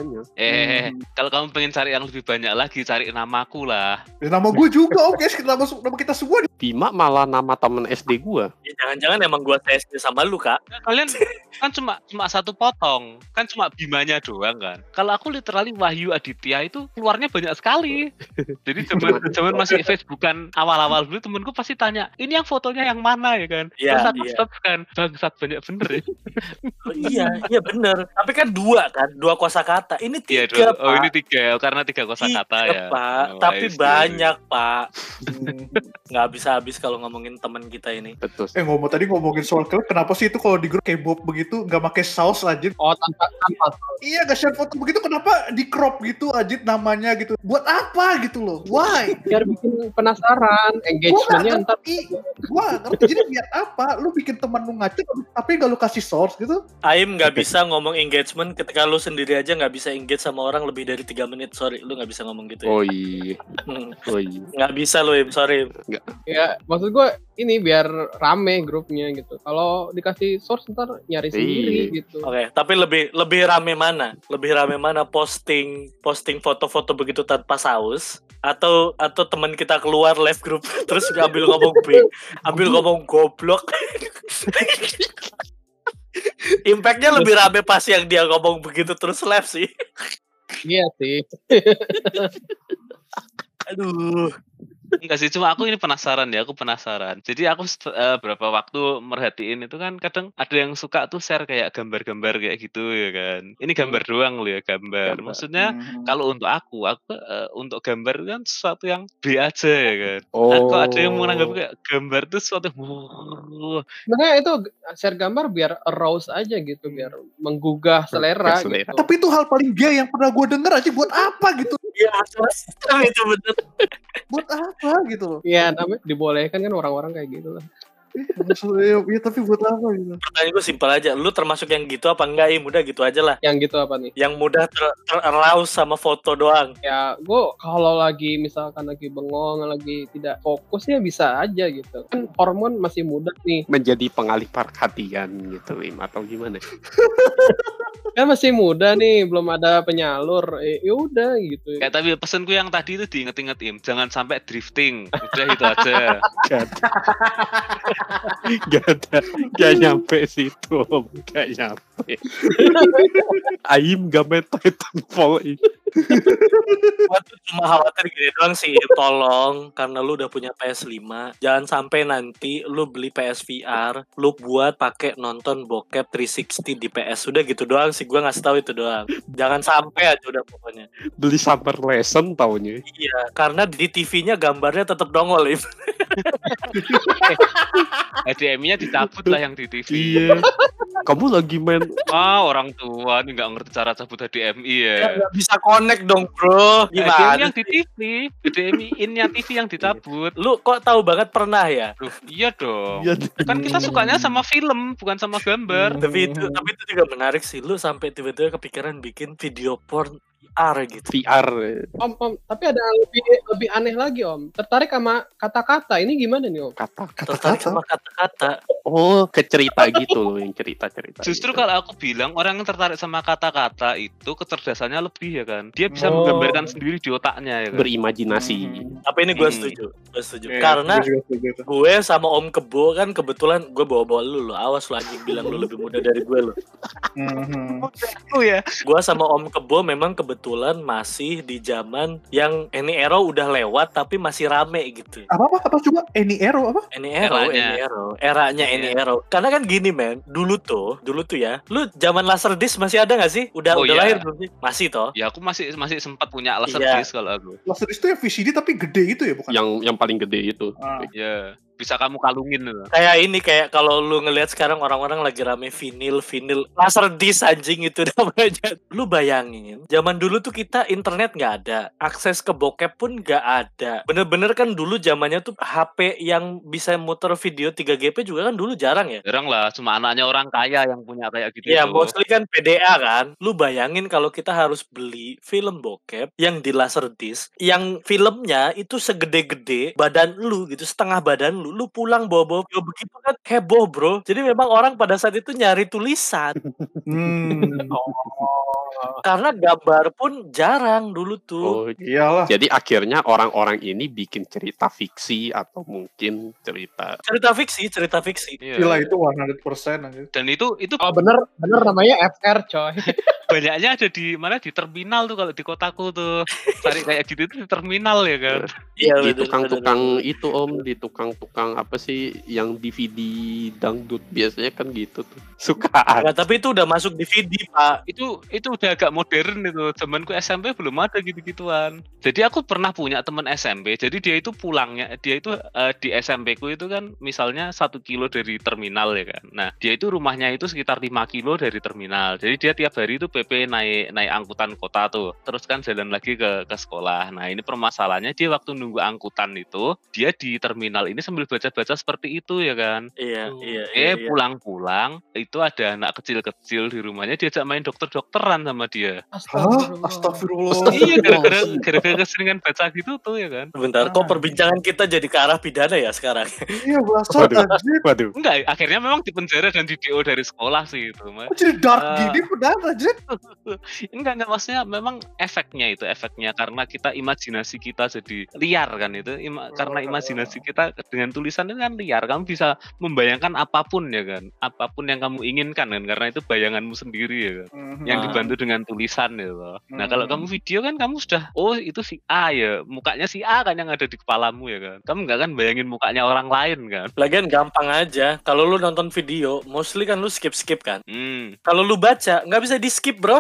Kalau kamu pengen cari yang lebih banyak lagi, cari namaku lah. Nama gue juga, oke, nama kita semua. Bima malah nama temen SD gua. Ya, jangan-jangan emang gua SD sama lu, Kak. Kalian kan cuma satu potong, kan cuma Bimanya doang kan. Kalau aku literally Wahyu Aditya itu keluarnya banyak sekali. Jadi zaman masih Facebookan awal-awal dulu, temenku pasti tanya, ini yang fotonya yang mana ya kan? Terus aku stop kan, bangsat banyak bener ya. Iya bener. Tapi kan 2 kosakata. Ini 3, Pak. Oh, ini 3 karena 3 kosakata ya. Pak. Tapi banyak, Pak. Nggak bisa habis kalau ngomongin teman kita ini. Betul. Ngomongin soal klip, kenapa sih itu kalau di grup K-pop begitu nggak pakai saus aja? Oh, tanpa. Iya, nggak share foto begitu, kenapa di crop gitu aja namanya gitu? Buat apa gitu loh? Why? Biar bikin penasaran, engagementnya ntar. Wah, ngerti, jadi biar apa? Lu bikin teman lu ngaco, tapi nggak lu kasih source gitu? Aim nggak bisa ngomong engagement ketika lu sendiri aja nggak bisa engage sama orang lebih dari 3 menit. Sorry, lu nggak bisa ngomong gitu. Oh iya. Nggak bisa lu, Im. Sorry. Nggak. Ya, maksud gue ini biar rame grupnya gitu. Kalau dikasih source ntar nyari sendiri gitu. Oke, tapi lebih rame mana? Lebih rame mana posting foto-foto begitu tanpa saus atau teman kita keluar live group terus ambil ngomong goblok. Impactnya lebih rame pas yang dia ngomong begitu terus live sih. Iya sih. Aduh. Enggak sih, cuma aku ini penasaran. Jadi aku berapa waktu merhatiin itu kan kadang ada yang suka tuh share kayak gambar-gambar kayak gitu ya kan. Ini gambar doang loh ya, gambar. Maksudnya kalau untuk aku untuk gambar kan sesuatu yang B aja ya kan. Kok ada yang menganggap kayak gambar tuh sesuatu sebenarnya itu share gambar biar arouse aja gitu, biar menggugah selera gitu. Tapi itu hal paling gay yang pernah gue denger aja, buat apa gitu? Iya, itu bener. Buat apa gitu loh? Iya, tapi dibolehkan kan orang-orang kayak gitu lah. Iya, tapi buat apa gitu? Pertanyaan gue simpel aja, lu termasuk yang gitu apa enggak? Mudah gitu aja lah. Yang gitu apa nih? Yang mudah ter-arouse sama foto doang. Ya, gue kalau lagi misalkan lagi bengong, lagi tidak fokus ya bisa aja gitu. Kan hormon masih muda nih. Menjadi pengalih perhatian gitu, Lim, atau gimana? Kan masih muda nih, belum ada penyalur. Ya udah gitu. Kayak tapi pesanku yang tadi itu diinget-inget, Im, jangan sampai drifting. Udah itu aja. Gak nyampe situ, gak nyampe. Aim gak main Titanfall ini. Gua tuh cuma khawatir gini doang sih, tolong, karena lu udah punya PS5, jangan sampai nanti lu beli PSVR, lu buat pakai nonton bokep 360 di PS. Udah gitu doang sih, gua ngasih tahu itu doang. Jangan sampai aja udah pokoknya. Beli Summer Lesson taunya. Iya, karena di TV-nya gambarnya tetap dongol, Im. HDMI-nya dicabut lah yang di TV. Iya. Kamu lagi main. Orang tua nih nggak ngerti cara cabut HDMI ya. Nggak bisa connect dong, bro. Gimana? HDMI yang di TV, HDMI in-nya TV yang dicabut. Lu kok tahu banget pernah ya? Iya dong. Kan kita sukanya sama film, bukan sama gambar. Tapi itu juga menarik sih. Lu sampai tiba-tiba kepikiran bikin video porn VR gitu. VR. Om, tapi ada lebih aneh lagi, Om. Tertarik sama kata-kata. Ini gimana nih, Om? Tertarik sama kata-kata. Oh, ke cerita gitu loh, yang cerita-cerita. Justru gitu. Kalau aku bilang orang yang tertarik sama kata-kata itu kecerdasannya lebih ya kan. Dia bisa menggambarkan sendiri di otaknya ya kan. Berimajinasi. Tapi ini gue setuju. Karena gue sama Om Kebo kan kebetulan gue bawa-bawa lu. Awas lu anjing bilang lu lebih muda dari gue lu. Oh ya. Gue sama Om Kebo memang kebetulan kebetulan masih di zaman yang Any Arrow udah lewat tapi masih rame gitu. Apa coba Any Arrow apa? Any Arrow, eranya Any Arrow. Karena kan gini men, dulu tuh ya, lu zaman Laserdisc masih ada nggak sih? Udah lahir belum sih? Masih toh? Ya aku masih sempat punya Laserdisc kalau aku. Laserdisc itu yang VCD tapi gede itu ya bukan? Yang paling gede itu. Ya. Bisa kamu kalungin loh. Kayak kalau lu ngelihat sekarang orang-orang lagi rame vinil Laserdisc anjing itu namanya. Lu bayangin zaman dulu tuh kita internet nggak ada, akses ke bokep pun nggak ada. Bener-bener kan dulu zamannya tuh HP yang bisa muter video 3GP juga kan dulu jarang ya. Jarang lah, cuma anaknya orang kaya yang punya kayak gitu. Ya mostly kan PDA kan. Lu bayangin kalau kita harus beli film bokep yang di Laserdisc, yang filmnya itu segede-gede badan lu gitu, setengah badan lu pulang bawa begitu kan heboh bro. Jadi memang orang pada saat itu nyari tulisan. Karena gambar pun jarang dulu tuh. Oh iyalah. Jadi akhirnya orang-orang ini bikin cerita fiksi atau mungkin cerita fiksi. Gila itu 100%. Dan itu bener namanya FR coy. Banyaknya ada di mana, di terminal tuh kalau di kotaku tuh. Cari kayak gitu tuh di terminal ya kan. Iya, di tukang-tukang itu Om, di tukang-tukang apa sih yang DVD dangdut biasanya kan gitu tuh. Suka. Ya, tapi itu udah masuk DVD, Pak. Itu udah agak modern itu. Zamanku SMP belum ada gitu-gituan. Jadi aku pernah punya teman SMP. Jadi dia itu pulangnya, di SMP ku itu kan misalnya 1 kilo dari terminal ya kan. Nah, dia itu rumahnya itu sekitar 5 kilo dari terminal. Jadi dia tiap hari itu PP naik angkutan kota tuh. Terus kan jalan lagi ke sekolah. Nah, ini permasalahannya dia waktu nunggu angkutan itu, dia di terminal ini sambil baca-baca seperti itu ya kan. Iya. Pulang-pulang itu ada anak kecil-kecil di rumahnya, diajak main dokter-dokteran sama dia. Astagfirullah. Iya, gara-gara keseringan baca gitu tuh ya kan. Bentar, kok perbincangan kita jadi ke arah pidana ya sekarang? Iya, bahasa anjir. Waduh. Enggak, akhirnya memang dipenjara dan di DO dari sekolah sih itu. Jadi dark gini pedang aja. Enggak, maksudnya memang efeknya karena kita imajinasi kita jadi liar kan itu. Karena imajinasi kita dengan tulisan itu kan liar, kamu bisa membayangkan apapun ya kan, apapun yang kamu inginkan kan, karena itu bayanganmu sendiri ya kan, yang dibantu dengan tulisan gitu. Nah kalau kamu video kan kamu sudah, itu si A ya, mukanya si A kan yang ada di kepalamu ya kan, kamu nggak kan bayangin mukanya orang lain kan. Lagian gampang aja, kalau lu nonton video mostly kan lu skip kan. Kalau lu baca nggak bisa di skip bro.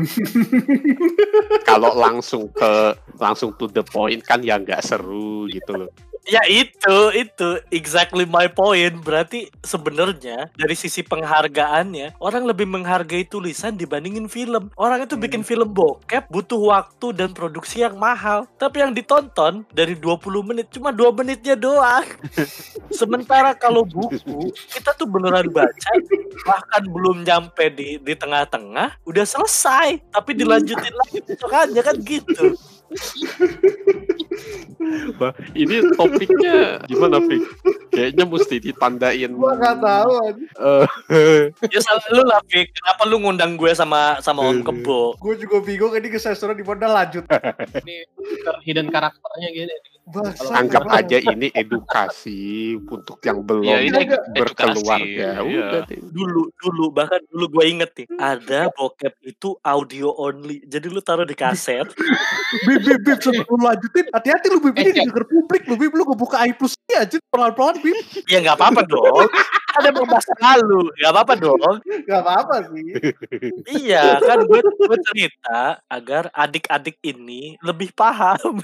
Kalau langsung to the point kan ya nggak seru gitu loh. Ya itu exactly my point. Berarti sebenarnya dari sisi penghargaannya, orang lebih menghargai tulisan dibandingin film. Orang itu bikin film bokep butuh waktu dan produksi yang mahal, tapi yang ditonton dari 20 menit cuma 2 menitnya doang. Sementara kalau buku kita tuh beneran baca, bahkan belum nyampe di tengah-tengah udah selesai, tapi dilanjutin lagi besokannya kan gitu. Bah, ini topiknya gimana, Fik? Kayaknya mesti ditandain. Gua nggak tahu. Ya salah lu lah, Fik. Kenapa lu ngundang gue sama Om Kebo? Gue juga bingung ini kesesuaian di mana lanjut. Ini hidden karakternya gini. Anggap aja ini edukasi untuk yang belum berkeluarga. Udah. Dulu bahkan gue inget nih, ada bokep itu audio only. Jadi lu taruh di kaset. Bib, sebelum lu lanjutin, hati-hati lu Bib, ini denger publik lu Bib, lu ngebuka iPlus aja pelan-pelan Bib. Ya nggak apa-apa dong. Ada pembahasan lalu, nggak apa-apa dong. Nggak apa-apa sih. Iya kan, gue cerita agar adik-adik ini lebih paham.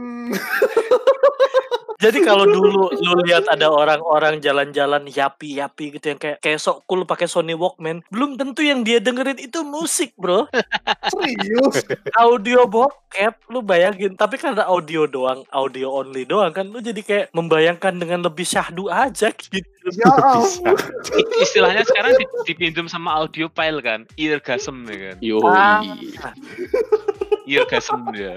Jadi kalau dulu lu lihat ada orang-orang jalan-jalan yapi gitu yang kayak sok cool pakai Sony Walkman, belum tentu yang dia dengerin itu musik, bro. Serius. Audio bokep, lu bayangin. Tapi karena audio only doang kan, lu jadi kayak membayangkan dengan lebih syahdu aja gitu. Ya Allah. Istilahnya sekarang dipinjam sama audio file kan, eargasm ya kan. Eargasm ya.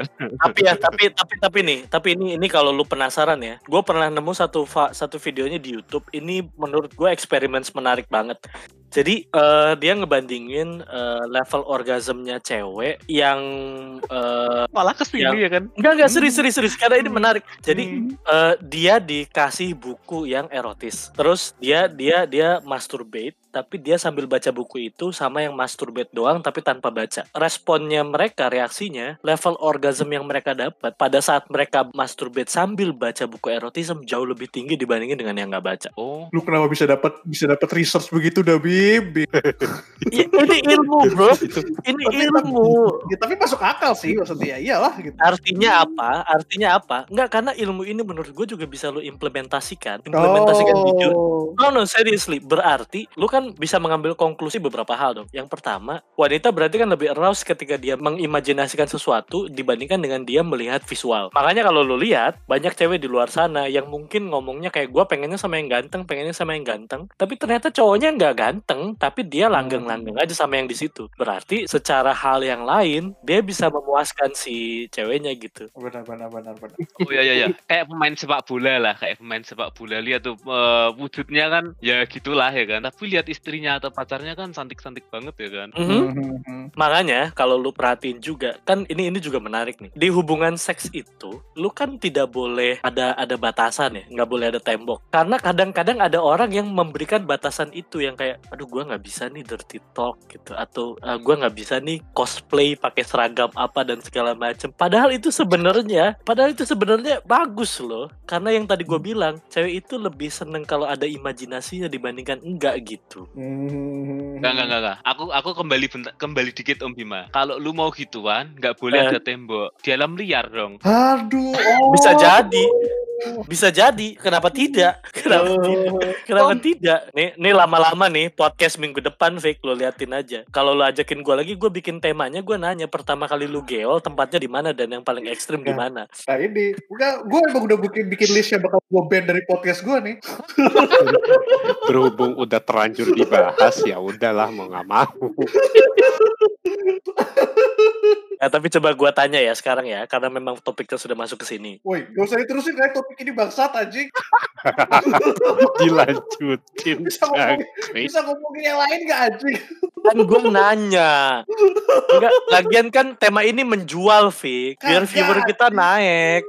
Tapi ini kalau lu penasaran ya, gue pernah nemu satu videonya di YouTube. Ini menurut gue eksperimen menarik banget. Jadi dia ngebandingin level orgasmnya cewek yang malah kesini ya kan? Enggak serius karena ini menarik. Jadi dia dikasih buku yang erotis. Terus dia masturbate, tapi dia sambil baca buku itu sama yang masturbate doang tapi tanpa baca. Responnya mereka, reaksinya, level orgasm yang mereka dapat pada saat mereka masturbate sambil baca buku erotisme jauh lebih tinggi dibandingin dengan yang nggak baca. Oh, lu kenapa bisa dapat research begitu dah, Bib? Ini ilmu, bro. Ini ilmu. Ya, tapi masuk akal sih maksudnya. Iyalah gitu. Artinya apa? Enggak, karena ilmu ini menurut gue juga bisa lu implementasikan jujur. No, seriously. Berarti lu kan bisa mengambil konklusi beberapa hal dong. Yang pertama, wanita berarti kan lebih aroused ketika dia mengimajinasikan sesuatu dibandingkan dengan dia melihat visual. Makanya kalau lu lihat, banyak cewek di luar sana yang mungkin ngomongnya kayak gue pengennya sama yang ganteng, tapi ternyata cowoknya nggak ganteng, tapi dia langgeng-langgeng aja sama yang di situ. Berarti secara hal yang lain, dia bisa memuaskan si ceweknya gitu. Benar. Oh iya. Kayak pemain sepak bola lihat tuh wujudnya kan ya gitulah ya kan. Tapi lihat istrinya atau pacarnya kan cantik-cantik banget ya kan. Makanya kalau lu perhatiin juga kan ini juga menarik nih. Di hubungan seks itu, lu kan tidak boleh ada batasan ya, nggak boleh ada tembok. Karena kadang-kadang ada orang yang memberikan batasan itu yang kayak, aduh gue nggak bisa nih dirty talk gitu, atau gue nggak bisa nih cosplay pakai seragam apa dan segala macam. Padahal itu sebenarnya bagus loh. Karena yang tadi gue bilang, cewek itu lebih seneng kalau ada imajinasinya dibandingkan enggak gitu. Enggak. Aku kembali dikit Om Bima. Kalau lu mau gituan, nggak boleh ada tembok. Di alam liar dong. Aduh. Bisa jadi. Kenapa tidak? Kenapa tidak? Nih lama-lama nih podcast minggu depan Vic, lo liatin aja. Kalau lo ajakin gue lagi, gue bikin temanya, gue nanya pertama kali lu geol tempatnya di mana dan yang paling ekstrim di mana. Nah ini, gue emang udah bikin list yang bakal gue ban dari podcast gue nih. Berhubung udah terlanjur dibahas, ya udahlah mau nggak mau. Nah, tapi coba gue tanya ya sekarang ya, karena memang topiknya sudah masuk ke sini. Woi, gak usah diterusin kayak topik ini bangsat anjing. Dilanjutin. Bisa ngomongin yang lain gak anjing? Kan gue nanya. Enggak, lagian kan tema ini menjual, Vic. Biar viewer kita naik.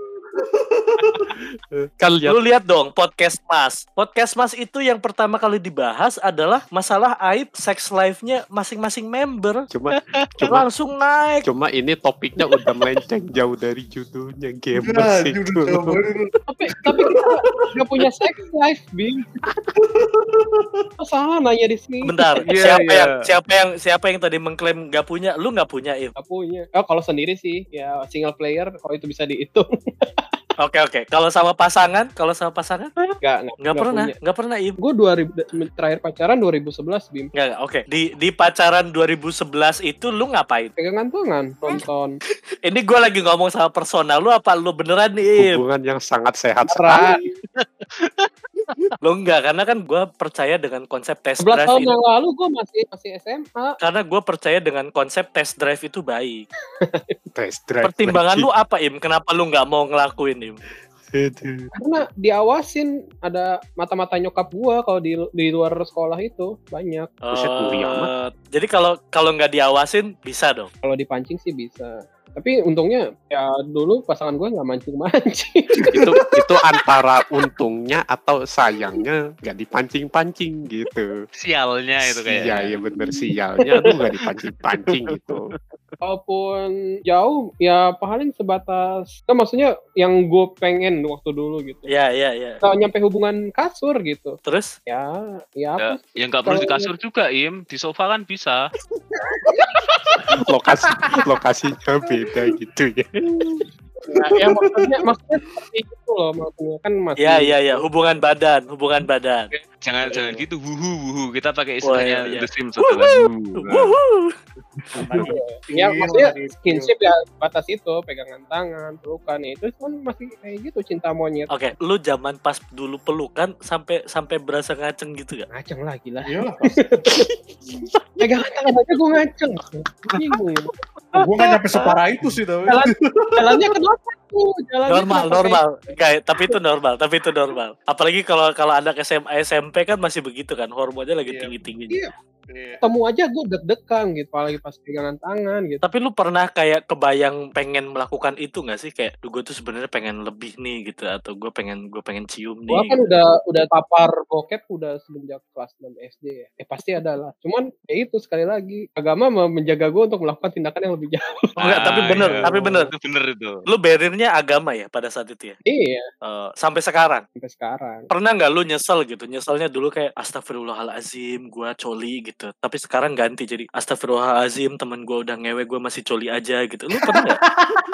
Lu lihat dong podcast Mas itu yang pertama kali dibahas adalah masalah aib sex life-nya masing-masing member. Cuma langsung naik. Cuma ini topiknya udah melenceng jauh dari judulnya gamers itu. Tapi kita nggak punya sex life, Bing. Salah nanya di sini. Bentar, siapa yang tadi mengklaim nggak punya? Lu nggak punya, Im? Nggak punya. Oh, kalau sendiri sih ya single player, kalau itu bisa dihitung. Oke. Kalau sama pasangan? Nggak pernah, Im. Gue terakhir pacaran 2011, Bim. Nggak, oke. Di pacaran 2011 itu lu ngapain? Pegangan tangan, nonton. Ini gue lagi ngomong sama personal lu apa lu beneran nih, Im? Hubungan yang sangat sehat sekali. Lo enggak, karena kan gue percaya dengan konsep test 11 drive tahun itu. yang lalu gue masih SMA. Karena gue percaya dengan konsep test drive itu baik. Test drive. Pertimbangan lu apa, Im? Kenapa lu nggak mau ngelakuin, Im? Karena diawasin ada mata-mata nyokap gua kalau di luar sekolah itu banyak. Jadi kalau nggak diawasin bisa dong. Kalau dipancing sih bisa. Tapi untungnya ya dulu pasangan gue nggak mancing-mancing. itu antara untungnya atau sayangnya nggak dipancing-pancing gitu. Sialnya itu kayaknya. Iya bener sialnya tuh nggak dipancing-pancing gitu. Walaupun jauh ya paling sebatas. Kan maksudnya yang gue pengen waktu dulu gitu. Iya. Kalau nyampe hubungan kasur gitu. Terus? Ya nggak perlu di kasur juga, Im. Di sofa kan bisa. Lokasinya beda gitu ya. Nah, ya maksudnya seperti itu loh, maksudnya kan masih. Iya, hubungan badan. Jangan gitu, wuhu. Kita pakai istilahnya The Sims. Ya maksudnya skinship ya batas itu, pegangan tangan, pelukan itu kan masih kayak gitu cinta monyet. Oke, lu zaman pas dulu pelukan sampai berasa ngaceng gitu gak? Ngaceng lagi lah. Iya. Pegangan tangan aja gue ngaceng. Bingung. Gue nggak nyampe separah itu sih tapi. Jalannya kenapa tuh? Normal. Kayak tapi itu normal. Apalagi kalau anak SMA SMP kan masih begitu kan, hormonnya lagi tinggi-tingginya. Ketemu aja gue deg-degan gitu, apalagi pas pegangan tangan gitu. Tapi lu pernah kayak kebayang pengen melakukan itu nggak sih, kayak gue tuh sebenarnya pengen lebih nih gitu, atau gue pengen cium nih? Gue kan gitu. udah papar bokep udah semenjak kelas 6 SD ya. Pasti ada lah. Cuman ya itu sekali lagi agama menjaga gue untuk melakukan tindakan yang lebih jauh. Enggak, tapi bener. Itu bener itu. Lu barrier-nya agama ya pada saat itu ya? Iya. Sampai sekarang. Pernah Nggak lu nyesel gitu? Nyeselnya dulu kayak astagfirullahalazim, gue coli gitu. Tapi sekarang ganti jadi astagfirullahalazim, temen gue udah ngewe, gue masih coli aja gitu. Lu pernah nggak?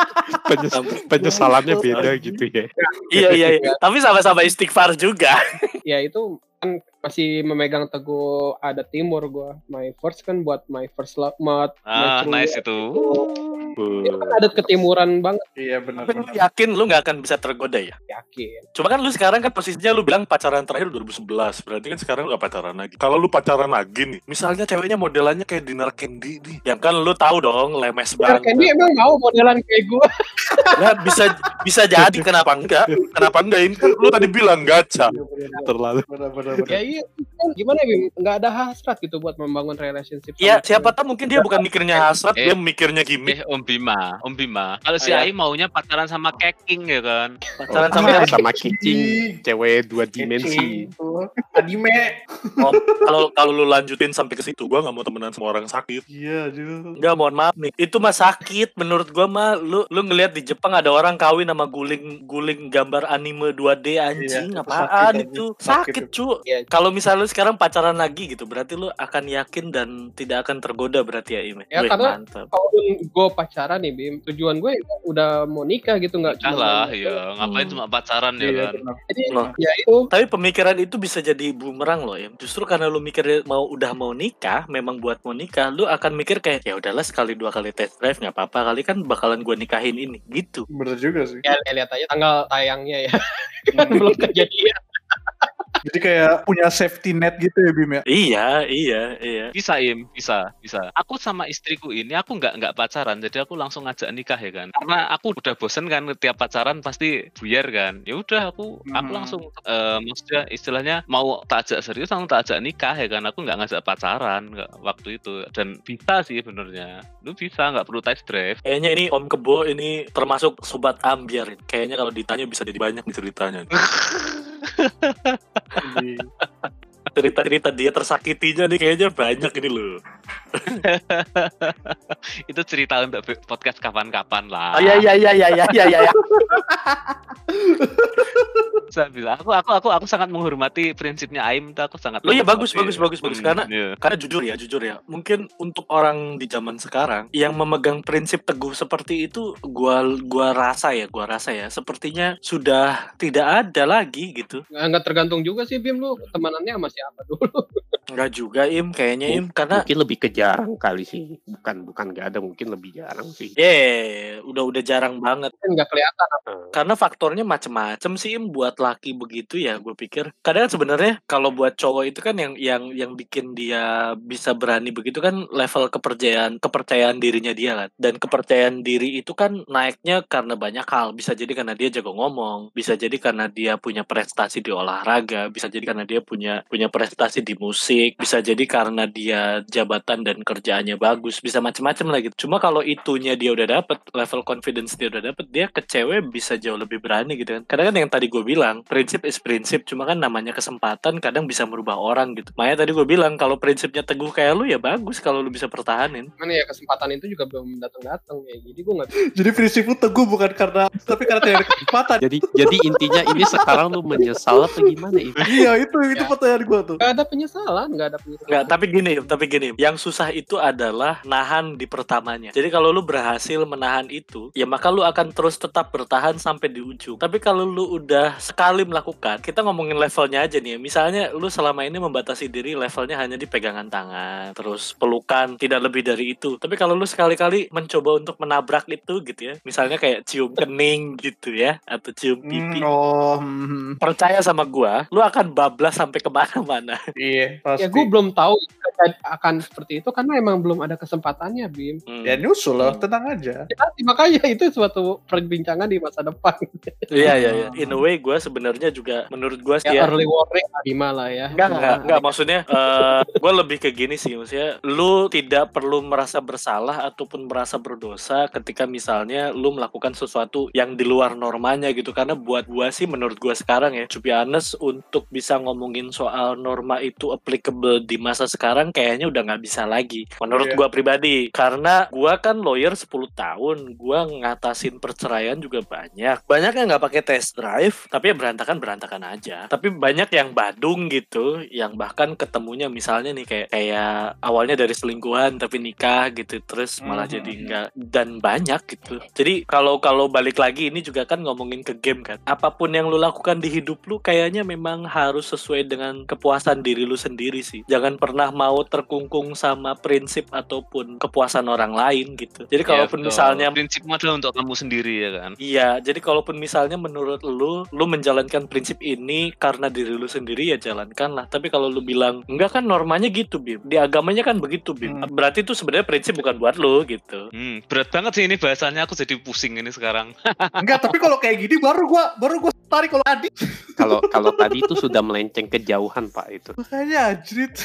Penyesalannya beda gitu ya. Iya. Tapi sama-sama istighfar juga. Ya itu kan masih memegang teguh adat timur gue. My first kan buat my first love. Nice itu. Itu kan adat ketimuran banget. Iya benar. Tapi lu yakin lu nggak akan bisa tergoda ya? Yakin. Cuma kan lu sekarang kan posisinya lu bilang pacaran terakhir 2011. Berarti kan sekarang lu gak pacaran lagi. Kalau lu pacaran lagi nih, misalnya ceweknya modelannya kayak Dinar Candy nih, yang kan lu tahu dong lemes Dinar banget. Candy emang mau modelan kayak gue? Nah, bisa jadi, kenapa enggak? Ini kan lu tadi bilang gacha. Terlalu. Benar. Ya iya. Gimana Bim? Nggak ada hasrat gitu buat membangun relationship. Ya siapa tahu mungkin dia bukan mikirnya hasrat, dia mikirnya gimmick. Om Bima. Kalau si Ai maunya pacaran sama Keking ya kan. Pacaran sama Kicing, cewek 2 dimensi. Anime. Kalau lu lanjutin sampai ke situ, gua nggak mau temenan sama orang sakit. Iya juga. Enggak, mohon maaf nih. Itu mah sakit menurut gua mah. Lu ngelihat di Jepang ada orang kawin sama guling gambar anime 2D anjing, Iya, apaan sakit, itu? sakit Sakit, cu. Iya. Kalau misalnya lu sekarang pacaran lagi gitu, berarti lu akan yakin dan tidak akan tergoda berarti ya, Ime. Ya, karena kalau gue pacaran nih Bim, tujuan gue udah mau nikah gitu, nggak cuma lah ya, ngapain cuma pacaran ya kan. Jadi ya itu. Tapi pemikiran itu bisa jadi bumerang loh ya. Justru karena lu mikir udah mau nikah, memang buat mau nikah, lu akan mikir kayak ya udahlah sekali 2 kali test drive nggak apa-apa, kali kan bakalan gue nikahin ini gitu. Bener juga sih. Ya lihat aja tanggal tayangnya ya. Kan belum kejadian. Jadi kayak punya safety net gitu ya Bim ya? Iya. Bisa Im, bisa. Aku sama istriku ini aku nggak pacaran, jadi aku langsung ngajak nikah ya kan. Karena aku udah bosen kan tiap pacaran pasti buyar kan. Ya udah aku langsung maksudnya istilahnya mau tak ajak serius langsung tak ajak nikah ya kan. Aku nggak ngajak pacaran waktu itu, dan bisa sih benernya. Lu bisa, nggak perlu test drive. Kayaknya ini Om Kebo ini termasuk sobat ambiar. Kayaknya kalau ditanya bisa jadi banyak nih ceritanya. Cerita-cerita dia tersakitinya nih kayaknya banyak ini loh. Itu cerita untuk podcast kapan-kapan lah. Oh iya. Saya bilang, aku sangat menghormati prinsipnya Aim, itu aku sangat. Lo ya bagus karena jujur ya. Mungkin untuk orang di zaman sekarang yang memegang prinsip teguh seperti itu, gua rasa ya, sepertinya sudah tidak ada lagi gitu. Nggak tergantung juga sih Bim, lu temanannya sama siapa dulu? Enggak juga kayaknya karena mungkin lebih ke jarang kali sih. Bukan nggak ada, mungkin lebih jarang sih. Udah jarang banget. Nggak kelihatan. Karena faktornya macem-macem sih buat laki begitu ya, gue pikir. Kadang sebenarnya kalau buat cowok itu kan yang bikin dia bisa berani begitu kan level kepercayaan dirinya dia kan. Dan kepercayaan diri itu kan naiknya karena banyak hal. Bisa jadi karena dia jago ngomong, bisa jadi karena dia punya prestasi di olahraga, bisa jadi karena dia punya prestasi di musik, bisa jadi karena dia jabatan dan kerjaannya bagus, bisa macam-macam lah gitu. Cuma kalau itunya dia udah dapet, level confidence dia udah dapet, dia ke cewek bisa jauh lebih berani gitu kan. Kadang kan yang tadi gue bilang, prinsip is prinsip, cuma kan namanya kesempatan kadang bisa merubah orang gitu. Makanya tadi gue bilang kalau prinsipnya teguh kayak lu ya bagus kalau lu bisa pertahanin. Mana ya kesempatan itu juga belum datang ya. Jadi gue nggak. Jadi prinsip lu teguh bukan karena tapi karena tidak ada kesempatan. Jadi intinya ini sekarang lu menyesal atau gimana itu? Iya itu pertanyaan gue tuh. Nggak ada penyesalan. Nggak, tapi gini, yang susah itu adalah nahan di pertamanya. Jadi kalau lu berhasil menahan itu, ya maka lu akan terus tetap bertahan sampai di ujung. Tapi kalau lu udah sekali melakukan, kita ngomongin levelnya aja nih ya. Misalnya lu selama ini membatasi diri levelnya hanya di pegangan tangan, terus pelukan, tidak lebih dari itu. Tapi kalau lu sekali-kali mencoba untuk menabrak itu gitu ya, misalnya kayak cium kening gitu ya, atau cium pipi, percaya sama gua, lu akan bablas sampai kemana-mana. Iya, pasti. Ya gue belum tahu akan seperti itu karena emang belum ada kesempatannya, Bim. Ya nyusul loh, tenang aja. Ya, makanya itu suatu perbincangan di masa depan. Iya. In a way gue sebenarnya juga menurut gue sih ya early warning Bima lah ya. Enggak maksudnya gue lebih ke gini sih, maksudnya lu tidak perlu merasa bersalah ataupun merasa berdosa ketika misalnya lu melakukan sesuatu yang di luar normanya gitu, karena buat gue sih menurut gue sekarang ya, to be honest, untuk bisa ngomongin soal norma itu applicable di masa sekarang kayaknya udah nggak bisa lagi menurut gue pribadi, karena gue kan lawyer 10 tahun, gue ngatasin perceraian juga banyak yang nggak pakai test drive tapi ya berantakan aja, tapi banyak yang badung gitu, yang bahkan ketemunya misalnya nih kayak awalnya dari selingkuhan tapi nikah gitu, terus malah jadi enggak, dan banyak gitu. Jadi kalau balik lagi ini juga kan ngomongin ke game kan, apapun yang lu lakukan di hidup lu kayaknya memang harus sesuai dengan kepuasan diri lu sendiri sih, jangan pernah mau terkungkung sama prinsip ataupun kepuasan orang lain gitu. Jadi kalaupun misalnya prinsip adalah untuk kamu sendiri ya kan. Iya, jadi kalaupun misalnya menurut lu menjalankan prinsip ini karena diri lu sendiri ya jalankanlah. Tapi kalau lu bilang enggak kan normanya gitu, Bim, di agamanya kan begitu, Bim, berarti itu sebenarnya prinsip bukan buat lu gitu. Berat banget sih ini bahasannya, aku jadi pusing ini sekarang. Enggak, tapi kalau kayak gini baru gua tarik kalau tadi. Kalau tadi itu sudah melenceng kejauhan, Pak, itu. Makanya anjrit.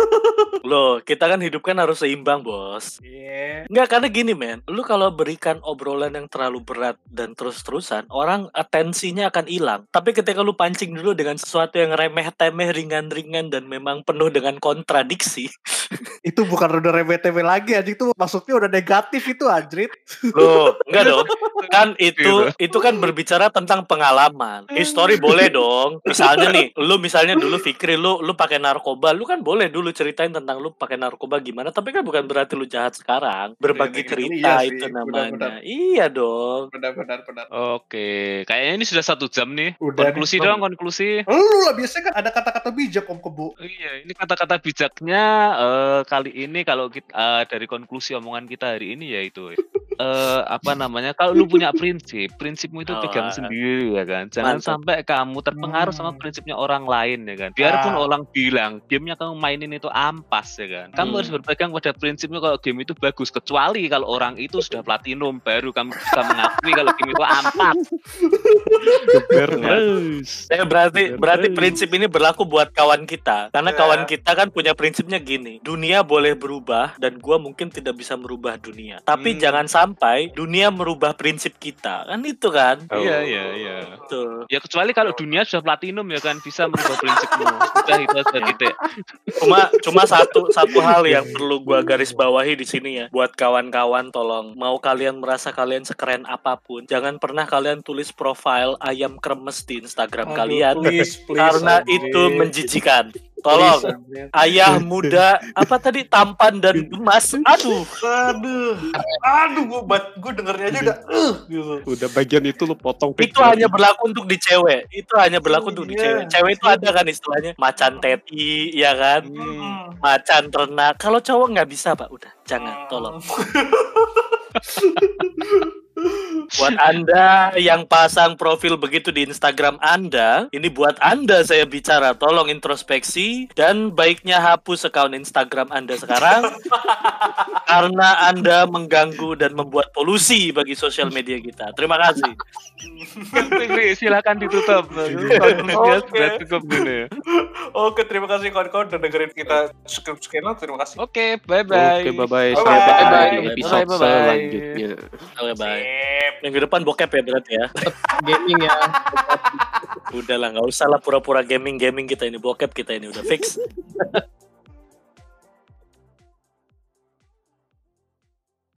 Loh, kita kan hidup kan harus seimbang, Bos. Enggak, karena gini, men, lu kalau berikan obrolan yang terlalu berat dan terus-terusan, orang atensinya akan hilang. Tapi ketika lu pancing dulu dengan sesuatu yang remeh-temeh, ringan-ringan dan memang penuh dengan kontradiksi. Itu bukan udah remeh-temeh lagi, anjing, itu maksudnya udah negatif itu, anjrit. Loh, enggak dong. Kan itu kan berbicara tentang pengalaman. History boleh dong. Misalnya nih, lu dulu Fikri lu pakai narkoba, lu kan boleh dulu ceritain tentang lu pakai narkoba gimana, tapi kan bukan berarti lu jahat sekarang. Berbagi cerita itu namanya. Iya dong. Benar. Oke, kayaknya ini sudah 1 jam nih. Udah konklusi nih, dong, konklusi. Lu lah, biasanya kan ada kata-kata bijak Om Kebu. Iya, ini kata-kata bijaknya kali ini kalau kita dari konklusi omongan kita hari ini yaitu kalau lu punya prinsipmu itu pegang sendiri ya kan. Jangan sampai kamu terpengaruh sama prinsipnya orang lain ya kan. Biarpun orang bilang gamenya kamu mainin itu ampas ya kan. Kamu harus berpegang pada prinsipnya kalau game itu bagus, kecuali kalau orang itu sudah platinum baru kamu bisa mengakui kalau game itu ampas. Berarti prinsip ini berlaku buat kawan kita. Karena kawan kita kan punya prinsipnya gini, dunia boleh berubah dan gua mungkin tidak bisa merubah dunia. Tapi jangan sampai dunia merubah prinsip kita. Kan itu kan? Iya. Tuh. Ya kecuali kalau dunia sudah platinum ya kan, bisa merubah prinsipmu. Sudah itu aja titik. Cuma satu hal yang perlu gua garis bawahi di sini ya. Buat kawan-kawan, tolong, mau kalian merasa kalian sekeren apapun, jangan pernah kalian tulis profile ayam kremes di Instagram kalian. Please, karena itu menjijikan. Tolong, ayah muda apa tadi, tampan dan gemas. Aduh, gue dengernya aja udah gitu. Udah bagian itu lu potong. Itu hanya berlaku untuk di cewek. Cewek itu ada kan istilahnya macan teti, ya kan? Macan ternak. Kalau cowok nggak bisa, Pak. Udah, jangan, tolong. Buat Anda yang pasang profil begitu di Instagram Anda, ini buat Anda saya bicara, tolong introspeksi dan baiknya hapus account Instagram Anda sekarang karena Anda mengganggu dan membuat polusi bagi sosial media kita. Terima kasih. Silakan ditutup. Oke, terima kasih kawan-kawan udah dengerin kita sekian. Terima kasih. Oke, bye-bye. Oke, bye-bye. Sampai ketemu di episode selanjutnya. Oke, bye. Minggu depan bokep ya berarti ya. Gaming ya. Udah lah, nggak usah lah pura-pura gaming kita ini, bokep kita ini udah fix.